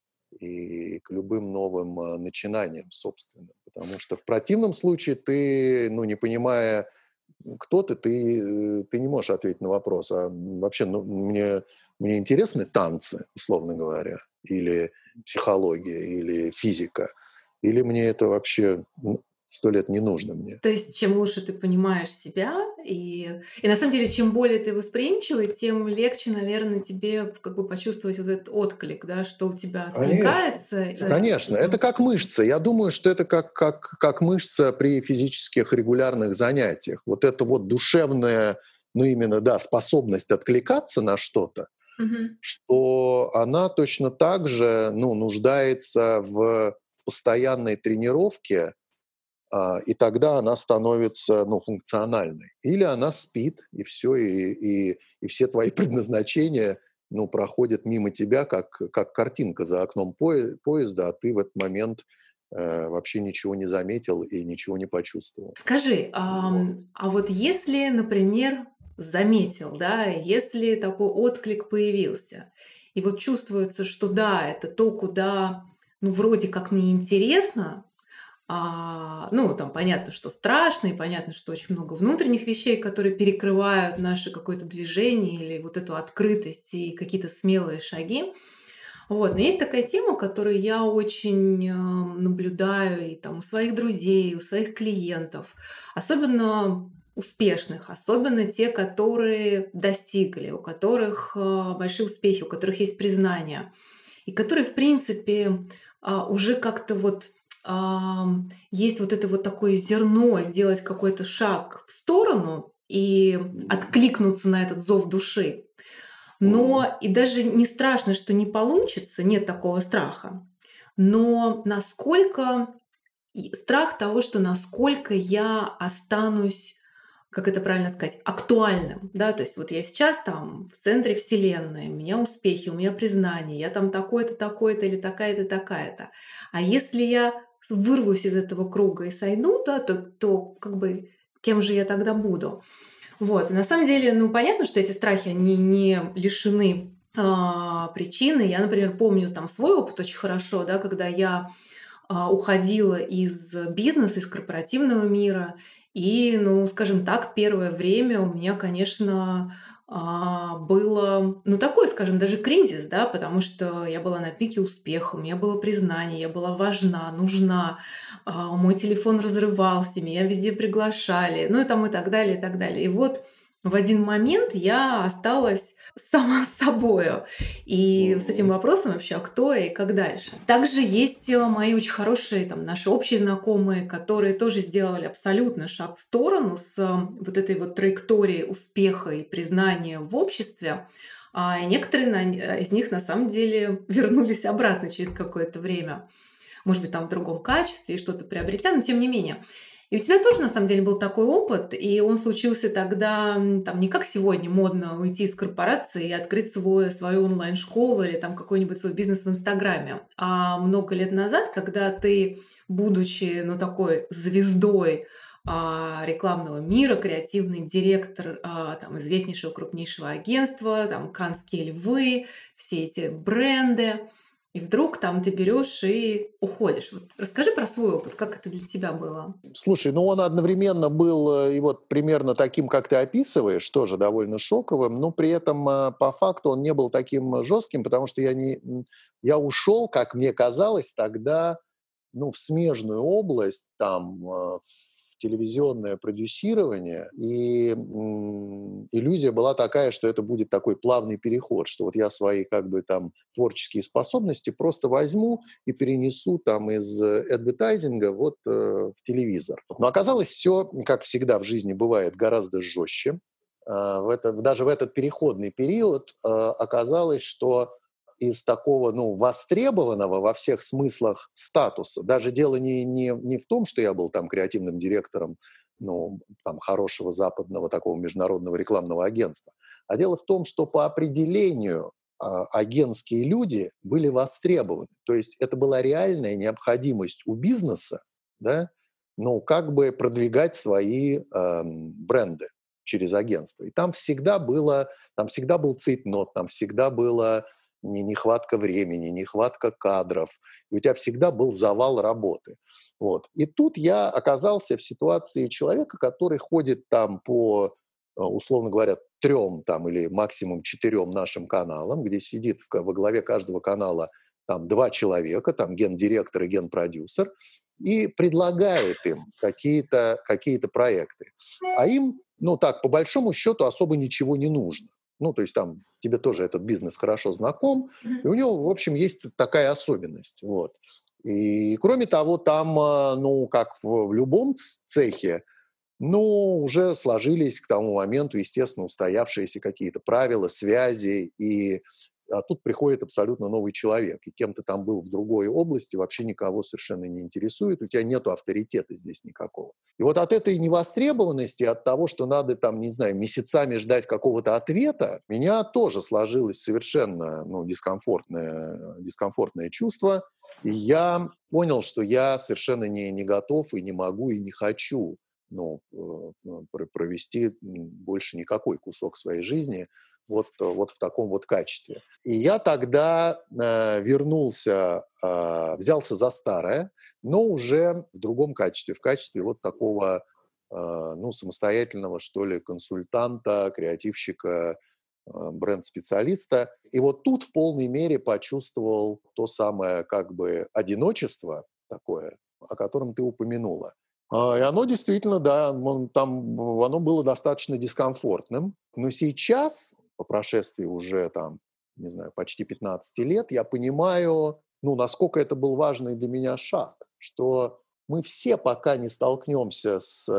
и к любым новым начинаниям собственным. Потому что в противном случае ты, ну, не понимая, кто ты не можешь ответить на вопрос, а вообще, ну, мне интересны танцы, условно говоря, или психология, или физика, или мне это вообще 100 лет не нужно мне. То есть чем лучше ты понимаешь себя, и на самом деле, чем более ты восприимчивый, тем легче, наверное, тебе как бы почувствовать вот этот отклик, да, что у тебя Конечно. откликается. Конечно, это как мышца. Я думаю, что это как мышца при физических регулярных занятиях. Вот это вот душевная, ну именно, да, способность откликаться на что-то, Мгм. что она точно так же, ну, нуждается в постоянной тренировке, и тогда она становится, ну, функциональной. Или она спит, и все, и все твои предназначения, ну, проходят мимо тебя, как картинка за окном поезда, а ты в этот момент вообще ничего не заметил и ничего не почувствовал. Скажи, Вот. а вот если, например, заметил, да, если такой отклик появился, и вот чувствуется, что да, это то, куда, ну, вроде как мне интересно, ну, там понятно, что страшно, и понятно, что очень много внутренних вещей, которые перекрывают наше какое-то движение или вот эту открытость и какие-то смелые шаги. Вот, но есть такая тема, которую я очень наблюдаю и там у своих друзей, и у своих клиентов, особенно успешных, особенно те, которые достигли, у которых большие успехи, у которых есть признание, и которые, в принципе, уже как-то вот есть вот это вот такое зерно, сделать какой-то шаг в сторону и откликнуться на этот зов души. Мгм. Но и даже не страшно, что не получится, нет такого страха. Но насколько страх того, что насколько я останусь, как это правильно сказать, актуальным, да, то есть вот я сейчас там в центре вселенной, у меня успехи, у меня признание, я там такой-то, такой-то или такая-то, такая-то. А если я вырвусь из этого круга и сойду, да, то как бы кем же я тогда буду? Вот. И на самом деле, ну, понятно, что эти страхи, они не лишены причины. Я, например, помню там свой опыт очень хорошо, да, когда я уходила из бизнеса, из корпоративного мира. И, ну, скажем так, первое время у меня, конечно, было, ну, такой, скажем, даже кризис, да, потому что я была на пике успеха, у меня было признание, я была важна, нужна, мой телефон разрывался, меня везде приглашали, ну, и там и так далее, и так далее. И вот в один момент я осталась сама собою. И с этим Мгм. вопросом вообще, а кто я и как дальше. Также есть мои очень хорошие, там, наши общие знакомые, которые тоже сделали абсолютно шаг в сторону с вот этой вот траекторией успеха и признания в обществе. И некоторые из них на самом деле вернулись обратно через какое-то время. Может быть, там в другом качестве и что-то приобретя, но тем не менее. И у тебя тоже, на самом деле, был такой опыт, и он случился тогда, там, не как сегодня модно уйти из корпорации и открыть свою онлайн-школу или там какой-нибудь свой бизнес в Инстаграме, а много лет назад, когда ты, будучи, ну, такой звездой рекламного мира, креативный директор там, известнейшего, крупнейшего агентства, там, Канские львы, все эти бренды, и вдруг там ты берешь и уходишь. Вот расскажи про свой опыт, как это для тебя было? Слушай, ну он одновременно был и вот примерно таким, как ты описываешь, тоже довольно шоковым, но при этом по факту он не был таким жестким, потому что я ушел, как мне казалось тогда, ну, в смежную область, там, в телевизионное продюсирование, и иллюзия была такая, что это будет такой плавный переход, что вот я свои как бы там творческие способности просто возьму и перенесу там из адвертайзинга вот в телевизор. Но оказалось все, как всегда в жизни бывает, гораздо жестче. Даже в этот переходный период оказалось, что из такого, ну, востребованного во всех смыслах статуса. Даже дело не в том, что я был там креативным директором, ну, там, хорошего западного такого международного рекламного агентства, а дело в том, что по определению агентские люди были востребованы. То есть это была реальная необходимость у бизнеса, да, ну, как бы продвигать свои бренды через агентство. И там всегда был цейтнот, там всегда было нехватка времени, нехватка кадров, и у тебя всегда был завал работы. Вот. И тут я оказался в ситуации человека, который ходит там по, условно говоря, трем там, или максимум четырем нашим каналам, где сидит во главе каждого канала там два человека, там гендиректор и генпродюсер, и предлагает им какие проекты. А им, ну так, по большому счету, особо ничего не нужно. Ну, то есть там тебе тоже этот бизнес хорошо знаком, и у него, в общем, есть такая особенность. Вот. И кроме того, там, ну, как в любом цехе, ну, уже сложились к тому моменту, естественно, устоявшиеся какие-то правила, связи, а тут приходит абсолютно новый человек, и кем ты там был в другой области, вообще никого совершенно не интересует, у тебя нету авторитета здесь никакого. И вот от этой невостребованности, от того, что надо там, не знаю, месяцами ждать какого-то ответа, у меня тоже сложилось совершенно, ну, дискомфортное чувство, и я понял, что я совершенно не готов и не могу и не хочу, ну, провести больше никакой кусок своей жизни вот в таком вот качестве. И я тогда взялся за старое, но уже в другом качестве, в качестве вот такого, ну, самостоятельного, что ли, консультанта, креативщика, бренд-специалиста. И вот тут в полной мере почувствовал то самое как бы одиночество такое, о котором ты упомянула. И оно действительно, да, оно было достаточно дискомфортным. Но сейчас, по прошествии уже там, не знаю, почти 15 лет, я понимаю, ну, насколько это был важный для меня шаг, что мы все пока не столкнемся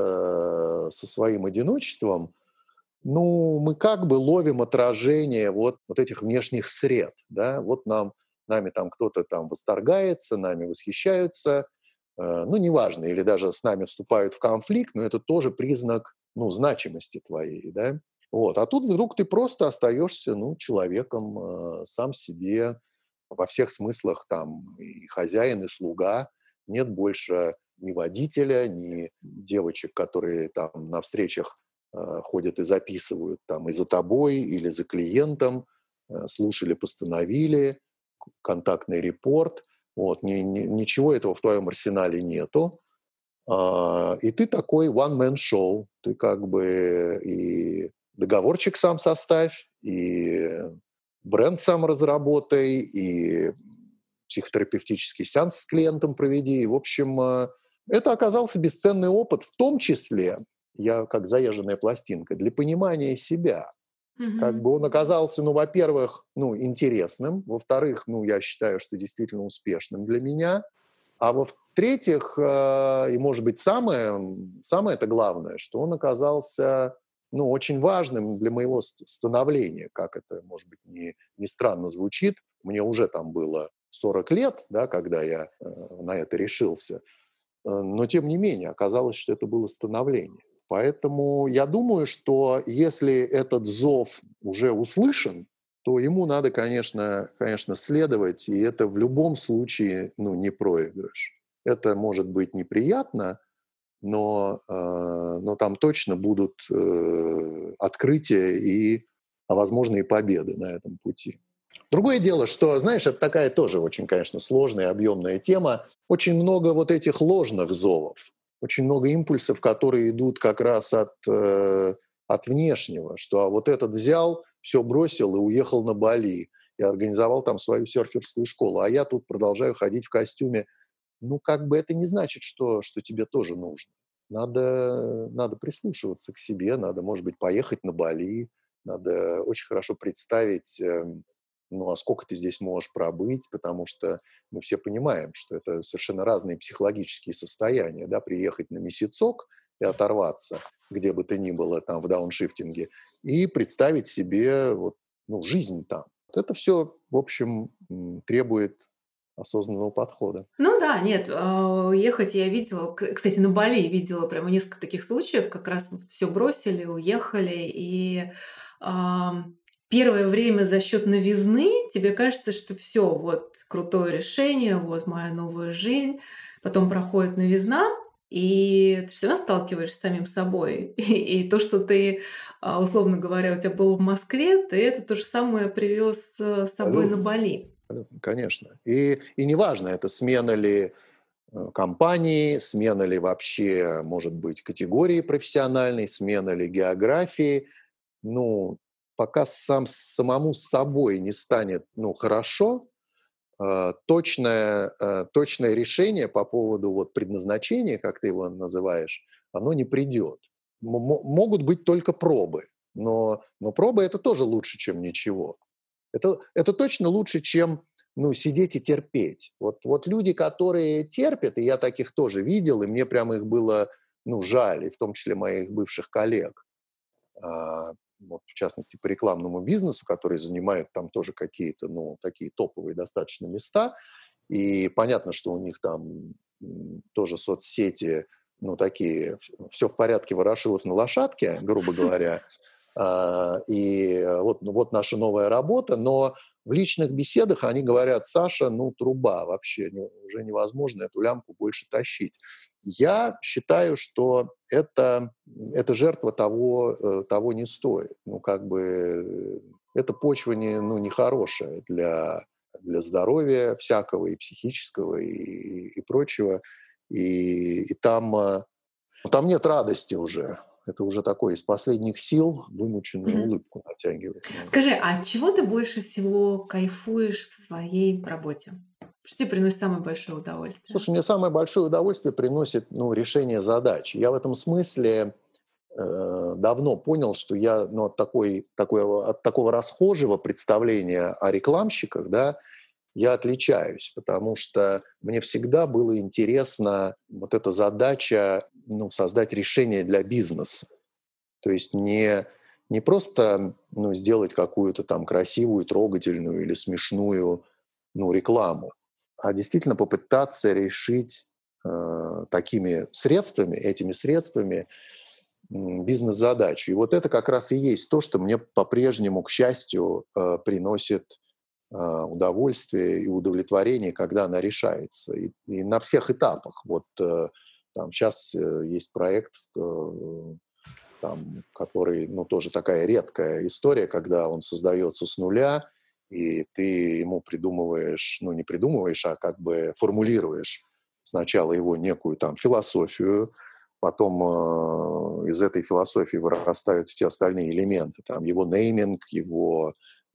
со своим одиночеством, ну, мы как бы ловим отражение вот этих внешних сред, да, вот нами там кто-то там восторгается, нами восхищаются, ну, неважно, или даже с нами вступают в конфликт, но это тоже признак, ну, значимости твоей, да. Вот. А тут вдруг ты просто остаешься, ну, человеком, сам себе, во всех смыслах там и хозяин, и слуга. Нет больше ни водителя, ни девочек, которые там на встречах ходят и записывают там и за тобой, или за клиентом, слушали, постановили, контактный репорт. Вот, ничего этого в твоем арсенале нету. И ты такой one-man show. Ты как бы и договорчик сам составь, и бренд сам разработай, и психотерапевтический сеанс с клиентом проведи. И, в общем, это оказался бесценный опыт, в том числе, я как заезженная пластинка, для понимания себя. Как Мгм. бы он оказался, ну, во-первых, ну, интересным, во-вторых, ну, я считаю, что действительно успешным для меня, а в-третьих, и, может быть, самое это главное, что он оказался, ну, очень важным для моего становления, как это, может быть, не странно звучит. Мне уже там было 40 лет, да, когда я на это решился. Но, тем не менее, оказалось, что это было становление. Поэтому я думаю, что если этот зов уже услышан, то ему надо, конечно, следовать, и это в любом случае, ну, не проигрыш. Это может быть неприятно, но там точно будут открытия и, возможно, и победы на этом пути. Другое дело, что, знаешь, это такая тоже очень, конечно, сложная, объемная тема. Очень много вот этих ложных зовов, очень много импульсов, которые идут как раз от внешнего, что вот этот взял, все бросил и уехал на Бали, и организовал там свою серферскую школу, а я тут продолжаю ходить в костюме. Ну, как бы это не значит, что тебе тоже нужно. Надо прислушиваться к себе, надо, может быть, поехать на Бали, надо очень хорошо представить, ну, а сколько ты здесь можешь пробыть, потому что мы все понимаем, что это совершенно разные психологические состояния, да, приехать на месяцок и оторваться, где бы то ни было, там, в дауншифтинге, и представить себе вот, ну, жизнь там. Вот это все, в общем, требует осознанного подхода. Ну да, нет, уехать я видела, кстати, на Бали видела прямо несколько таких случаев, как раз все бросили, уехали, и первое время за счет новизны тебе кажется, что все, вот крутое решение, вот моя новая жизнь, потом проходит новизна, и ты все равно сталкиваешься с самим собой. И то, что ты, условно говоря, у тебя было в Москве, ты это то же самое привез с собой на Абсолютно. Бали. Конечно. И неважно, это смена ли компании, смена ли вообще, может быть, категории профессиональной, смена ли географии. Ну, пока самому с собой не станет, ну, хорошо, точное решение по поводу вот предназначения, как ты его называешь, оно не придет. Могут быть только пробы, но пробы это тоже лучше, чем ничего. Это точно лучше, чем, ну, сидеть и терпеть. Вот люди, которые терпят, и я таких тоже видел, и мне прямо их было, ну, жаль, и в том числе моих бывших коллег, вот, в частности, по рекламному бизнесу, которые занимают там тоже какие-то, ну, такие топовые достаточно места. И понятно, что у них там тоже соцсети, ну, такие, все в порядке, Ворошилов на лошадке, грубо говоря. Ну, вот наша новая работа, но в личных беседах они говорят: Саша, ну, труба вообще, уже невозможно эту лямку больше тащить. Я считаю, что это жертва того не стоит. Ну, как бы эта почва ну, нехорошая для здоровья всякого, и психического, и прочего. И там нет радости уже. Это уже такое из последних сил вымученную Мгм. улыбку натягивает. Да. Скажи, а от чего ты больше всего кайфуешь в своей работе? Что тебе приносит самое большое удовольствие? Слушай, мне самое большое удовольствие приносит решение задач. Я в этом смысле давно понял, что я от такого расхожего представления о рекламщиках, да, я отличаюсь, потому что мне всегда было интересно вот эта задача создать решение для бизнеса. То есть не просто сделать какую-то там красивую, трогательную или смешную рекламу, а действительно попытаться решить этими средствами бизнес-задачу. И вот это как раз и есть то, что мне по-прежнему, к счастью, приносит удовольствие и удовлетворение, когда она решается. И на всех этапах. Вот там сейчас есть проект, который, тоже такая редкая история, когда он создается с нуля, и ты ему придумываешь, не придумываешь, а как бы формулируешь сначала его некую там философию, потом из этой философии вырастают все остальные элементы, там его нейминг, его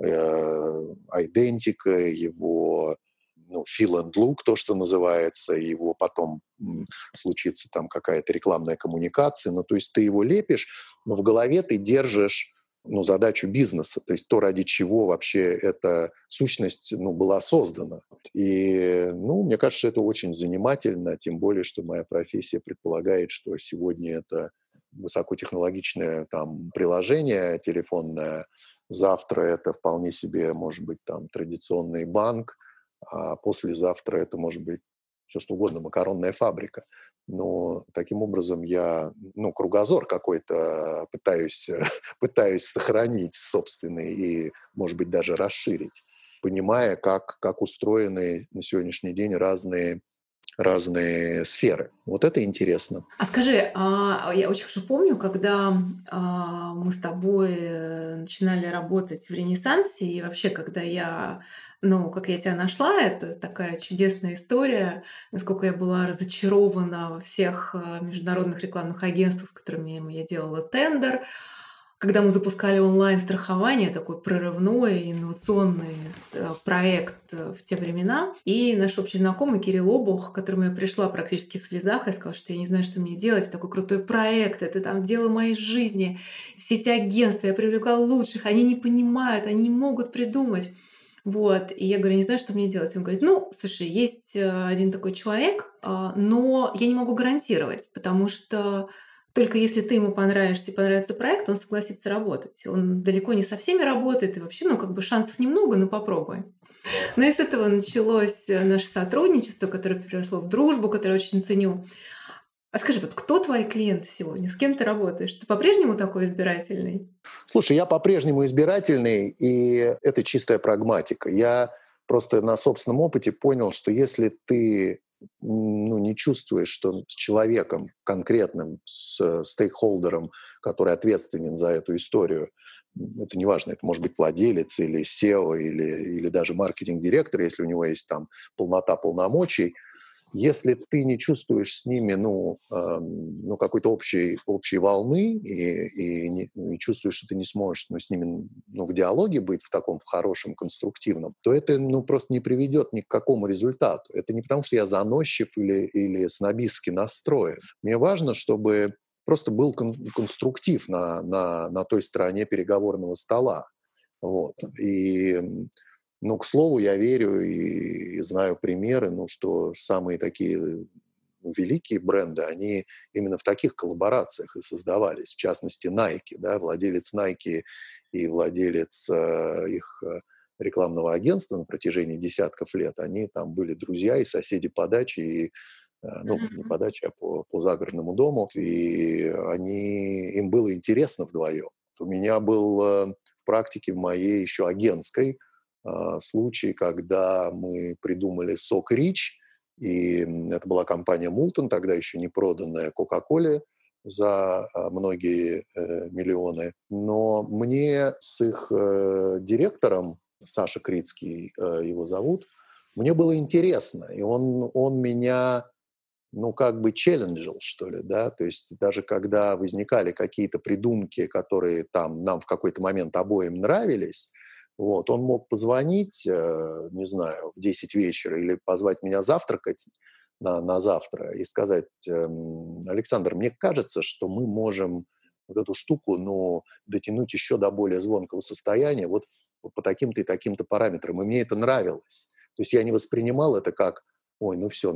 айдентика, его feel and look, то, что называется, его потом случится там какая-то рекламная коммуникация, то есть ты его лепишь, но в голове ты держишь задачу бизнеса, то есть то, ради чего вообще эта сущность была создана. И мне кажется, что это очень занимательно, тем более, что моя профессия предполагает, что сегодня это высокотехнологичное там приложение телефонное, завтра это вполне себе может быть там традиционный банк, а послезавтра это может быть все что угодно, макаронная фабрика. Но таким образом я, кругозор какой-то пытаюсь сохранить собственный и, может быть, даже расширить, понимая, как устроены на сегодняшний день разные сферы. Вот это интересно. А скажи, я очень хорошо помню, когда мы с тобой начинали работать в «Ренессансе», и вообще, когда как я тебя нашла, это такая чудесная история, насколько я была разочарована во всех международных рекламных агентствах, с которыми я делала тендер. Когда мы запускали онлайн-страхование, такой прорывной, инновационный проект в те времена, и наш общий знакомый Кирилл Обух, к которому я пришла практически в слезах, и сказал, что я не знаю, что мне делать, такой крутой проект, это там дело моей жизни, все эти агентства, я привлекла лучших, они не понимают, они не могут придумать. Вот, и я говорю, не знаю, что мне делать. Он говорит, слушай, есть один такой человек, но я не могу гарантировать, потому что только если ты ему понравишься и понравится проект, он согласится работать. Он далеко не со всеми работает, и вообще, шансов немного, но попробуй. Ну и с этого началось наше сотрудничество, которое переросло в дружбу, которую я очень ценю. А скажи, вот кто твои клиенты сегодня? С кем ты работаешь? Ты по-прежнему такой избирательный? Слушай, я по-прежнему избирательный, и это чистая прагматика. Я просто на собственном опыте понял, что если ты не чувствуешь, что с человеком конкретным, с стейкхолдером, который ответственен за эту историю, это неважно, это может быть владелец или SEO, или даже маркетинг-директор, если у него есть там полнота полномочий, если ты не чувствуешь с ними какой-то общей волны и чувствуешь, что ты не сможешь с ними в диалоге быть в хорошем, конструктивном, то это просто не приведет ни к какому результату. Это не потому, что я заносчив или снобистски настроен. Мне важно, чтобы просто был конструктив на той стороне переговорного стола. Вот. И к слову, я верю и знаю примеры, что самые такие великие бренды, они именно в таких коллаборациях и создавались. В частности, Nike, да, владелец Nike и владелец их рекламного агентства на протяжении десятков лет, они там были друзья и соседи по даче, и, не по даче, а по загородному дому, и им было интересно вдвоем. У меня был в практике моей еще агентской случай, когда мы придумали сок Рич, и это была компания Мултон, тогда еще не проданная Кока-Коле за многие миллионы. Но мне с их директором, Саша Крицкий его зовут, мне было интересно, и он меня ну, как бы челленджил, что ли, да, то есть даже когда возникали какие-то придумки, которые там нам в какой-то момент обоим нравились, вот, он мог позвонить, не знаю, в 10 вечера или позвать меня завтракать на завтра и сказать: Александр, мне кажется, что мы можем вот эту штуку, ну, дотянуть еще до более звонкого состояния вот по таким-то и таким-то параметрам. И мне это нравилось. То есть я не воспринимал это как: ой, ну все,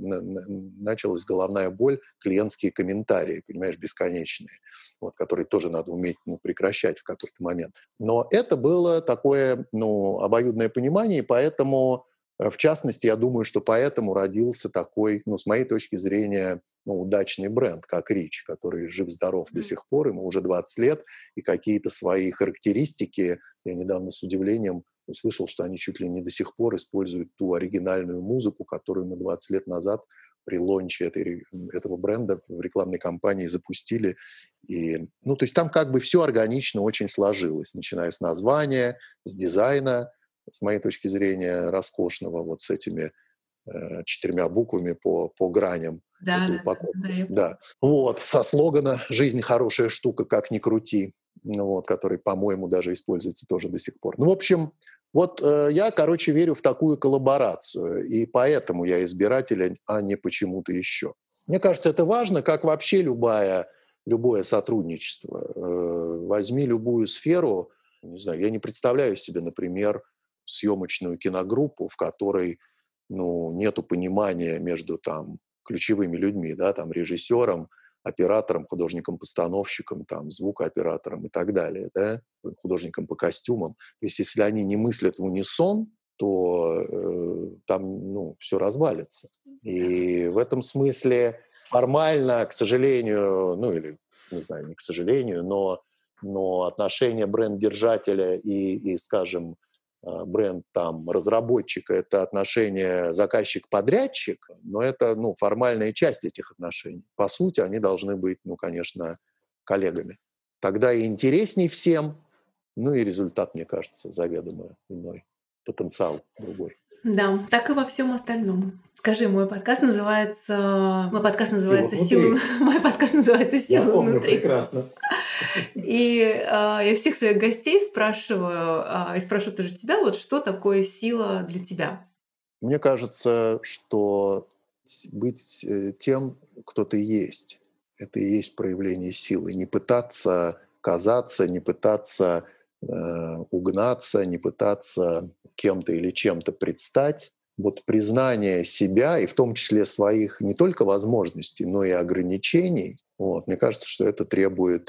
началась головная боль, клиентские комментарии, понимаешь, бесконечные, вот, которые тоже надо уметь, ну, прекращать в какой-то момент. Но это было такое, ну, обоюдное понимание, и поэтому, в частности, я думаю, что поэтому родился такой, ну, с моей точки зрения, ну, удачный бренд, как Рич, который жив-здоров до сих пор, ему уже 20 лет, и какие-то свои характеристики, я недавно с удивлением услышал, что они чуть ли не до сих пор используют ту оригинальную музыку, которую мы 20 лет назад при лонче этого бренда в рекламной кампании запустили. И, ну, то есть там как бы все органично очень сложилось, начиная с названия, с дизайна, с моей точки зрения, роскошного, вот с этими 4 буквами по граням Да, этой да, да, упаковки. я Да. Вот, со слогана «Жизнь хорошая штука, как ни крути», ну, вот, который, по-моему, даже используется тоже до сих пор. Ну, в общем, вот я, короче, верю в такую коллаборацию, и поэтому я избиратель, а не почему-то еще. Мне кажется, это важно, как вообще любое сотрудничество. Возьми любую сферу, не знаю, я не представляю себе, например, съемочную киногруппу, в которой, ну, нету понимания между там ключевыми людьми, да, там режиссером, оператором, художником-постановщиком, там, звукооператором и так далее, да, художником по костюмам. То есть если они не мыслят в унисон, то там, ну, все развалится. И в этом смысле формально, к сожалению, ну или, не знаю, не к сожалению, но отношения бренд-держателя и, скажем, бренд там разработчика — это отношение заказчик-подрядчик, но это, ну, формальная часть этих отношений. По сути, они должны быть, ну, конечно, коллегами. Тогда и интересней всем, ну и результат, мне кажется, заведомо иной, потенциал другой. Да, так и во всем остальном. Скажи, Сила «Сила». внутри. Мой подкаст называется Я «Сила помню внутри». прекрасно. И я всех своих гостей спрашиваю, и спрашиваю тоже тебя, вот что такое сила для тебя? Мне кажется, что быть тем, кто ты есть, это и есть проявление силы. Не пытаться казаться, не пытаться угнаться, не пытаться кем-то или чем-то предстать. Вот признание себя, и в том числе своих не только возможностей, но и ограничений, вот, мне кажется, что это требует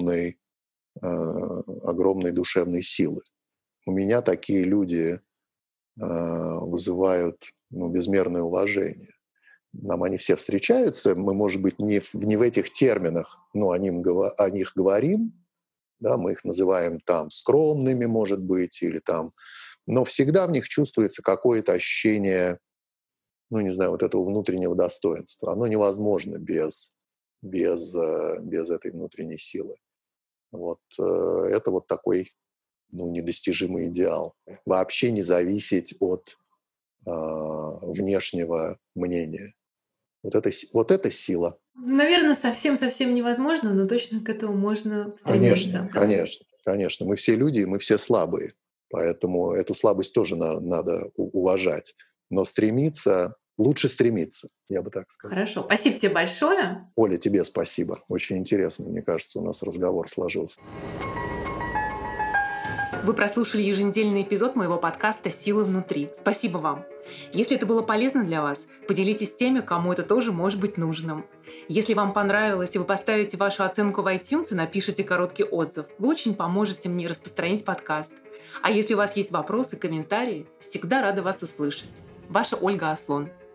огромной душевной силы. У меня такие люди вызывают, ну, безмерное уважение. Нам они все встречаются, мы, может быть, не в этих терминах, но о них говорим, да, мы их называем там скромными, может быть, или там, но всегда в них чувствуется какое-то ощущение, ну, не знаю, вот этого внутреннего достоинства. Оно невозможно без этой внутренней силы. Вот это вот такой, ну, недостижимый идеал. Вообще не зависеть от внешнего мнения. Вот это сила. Наверное, совсем-совсем невозможно, но точно к этому можно Конечно, стремиться. конечно, конечно. Мы все люди, мы все слабые. Поэтому эту слабость тоже надо уважать. Но лучше стремиться, я бы так сказал. Хорошо, спасибо тебе большое. Оля, тебе спасибо. Очень интересно, мне кажется, у нас разговор сложился. Вы прослушали еженедельный эпизод моего подкаста «Силы внутри». Спасибо вам. Если это было полезно для вас, поделитесь с теми, кому это тоже может быть нужным. Если вам понравилось и вы поставите вашу оценку в iTunes и напишите короткий отзыв, вы очень поможете мне распространить подкаст. А если у вас есть вопросы, комментарии, всегда рада вас услышать. Ваша Ольга Аслон.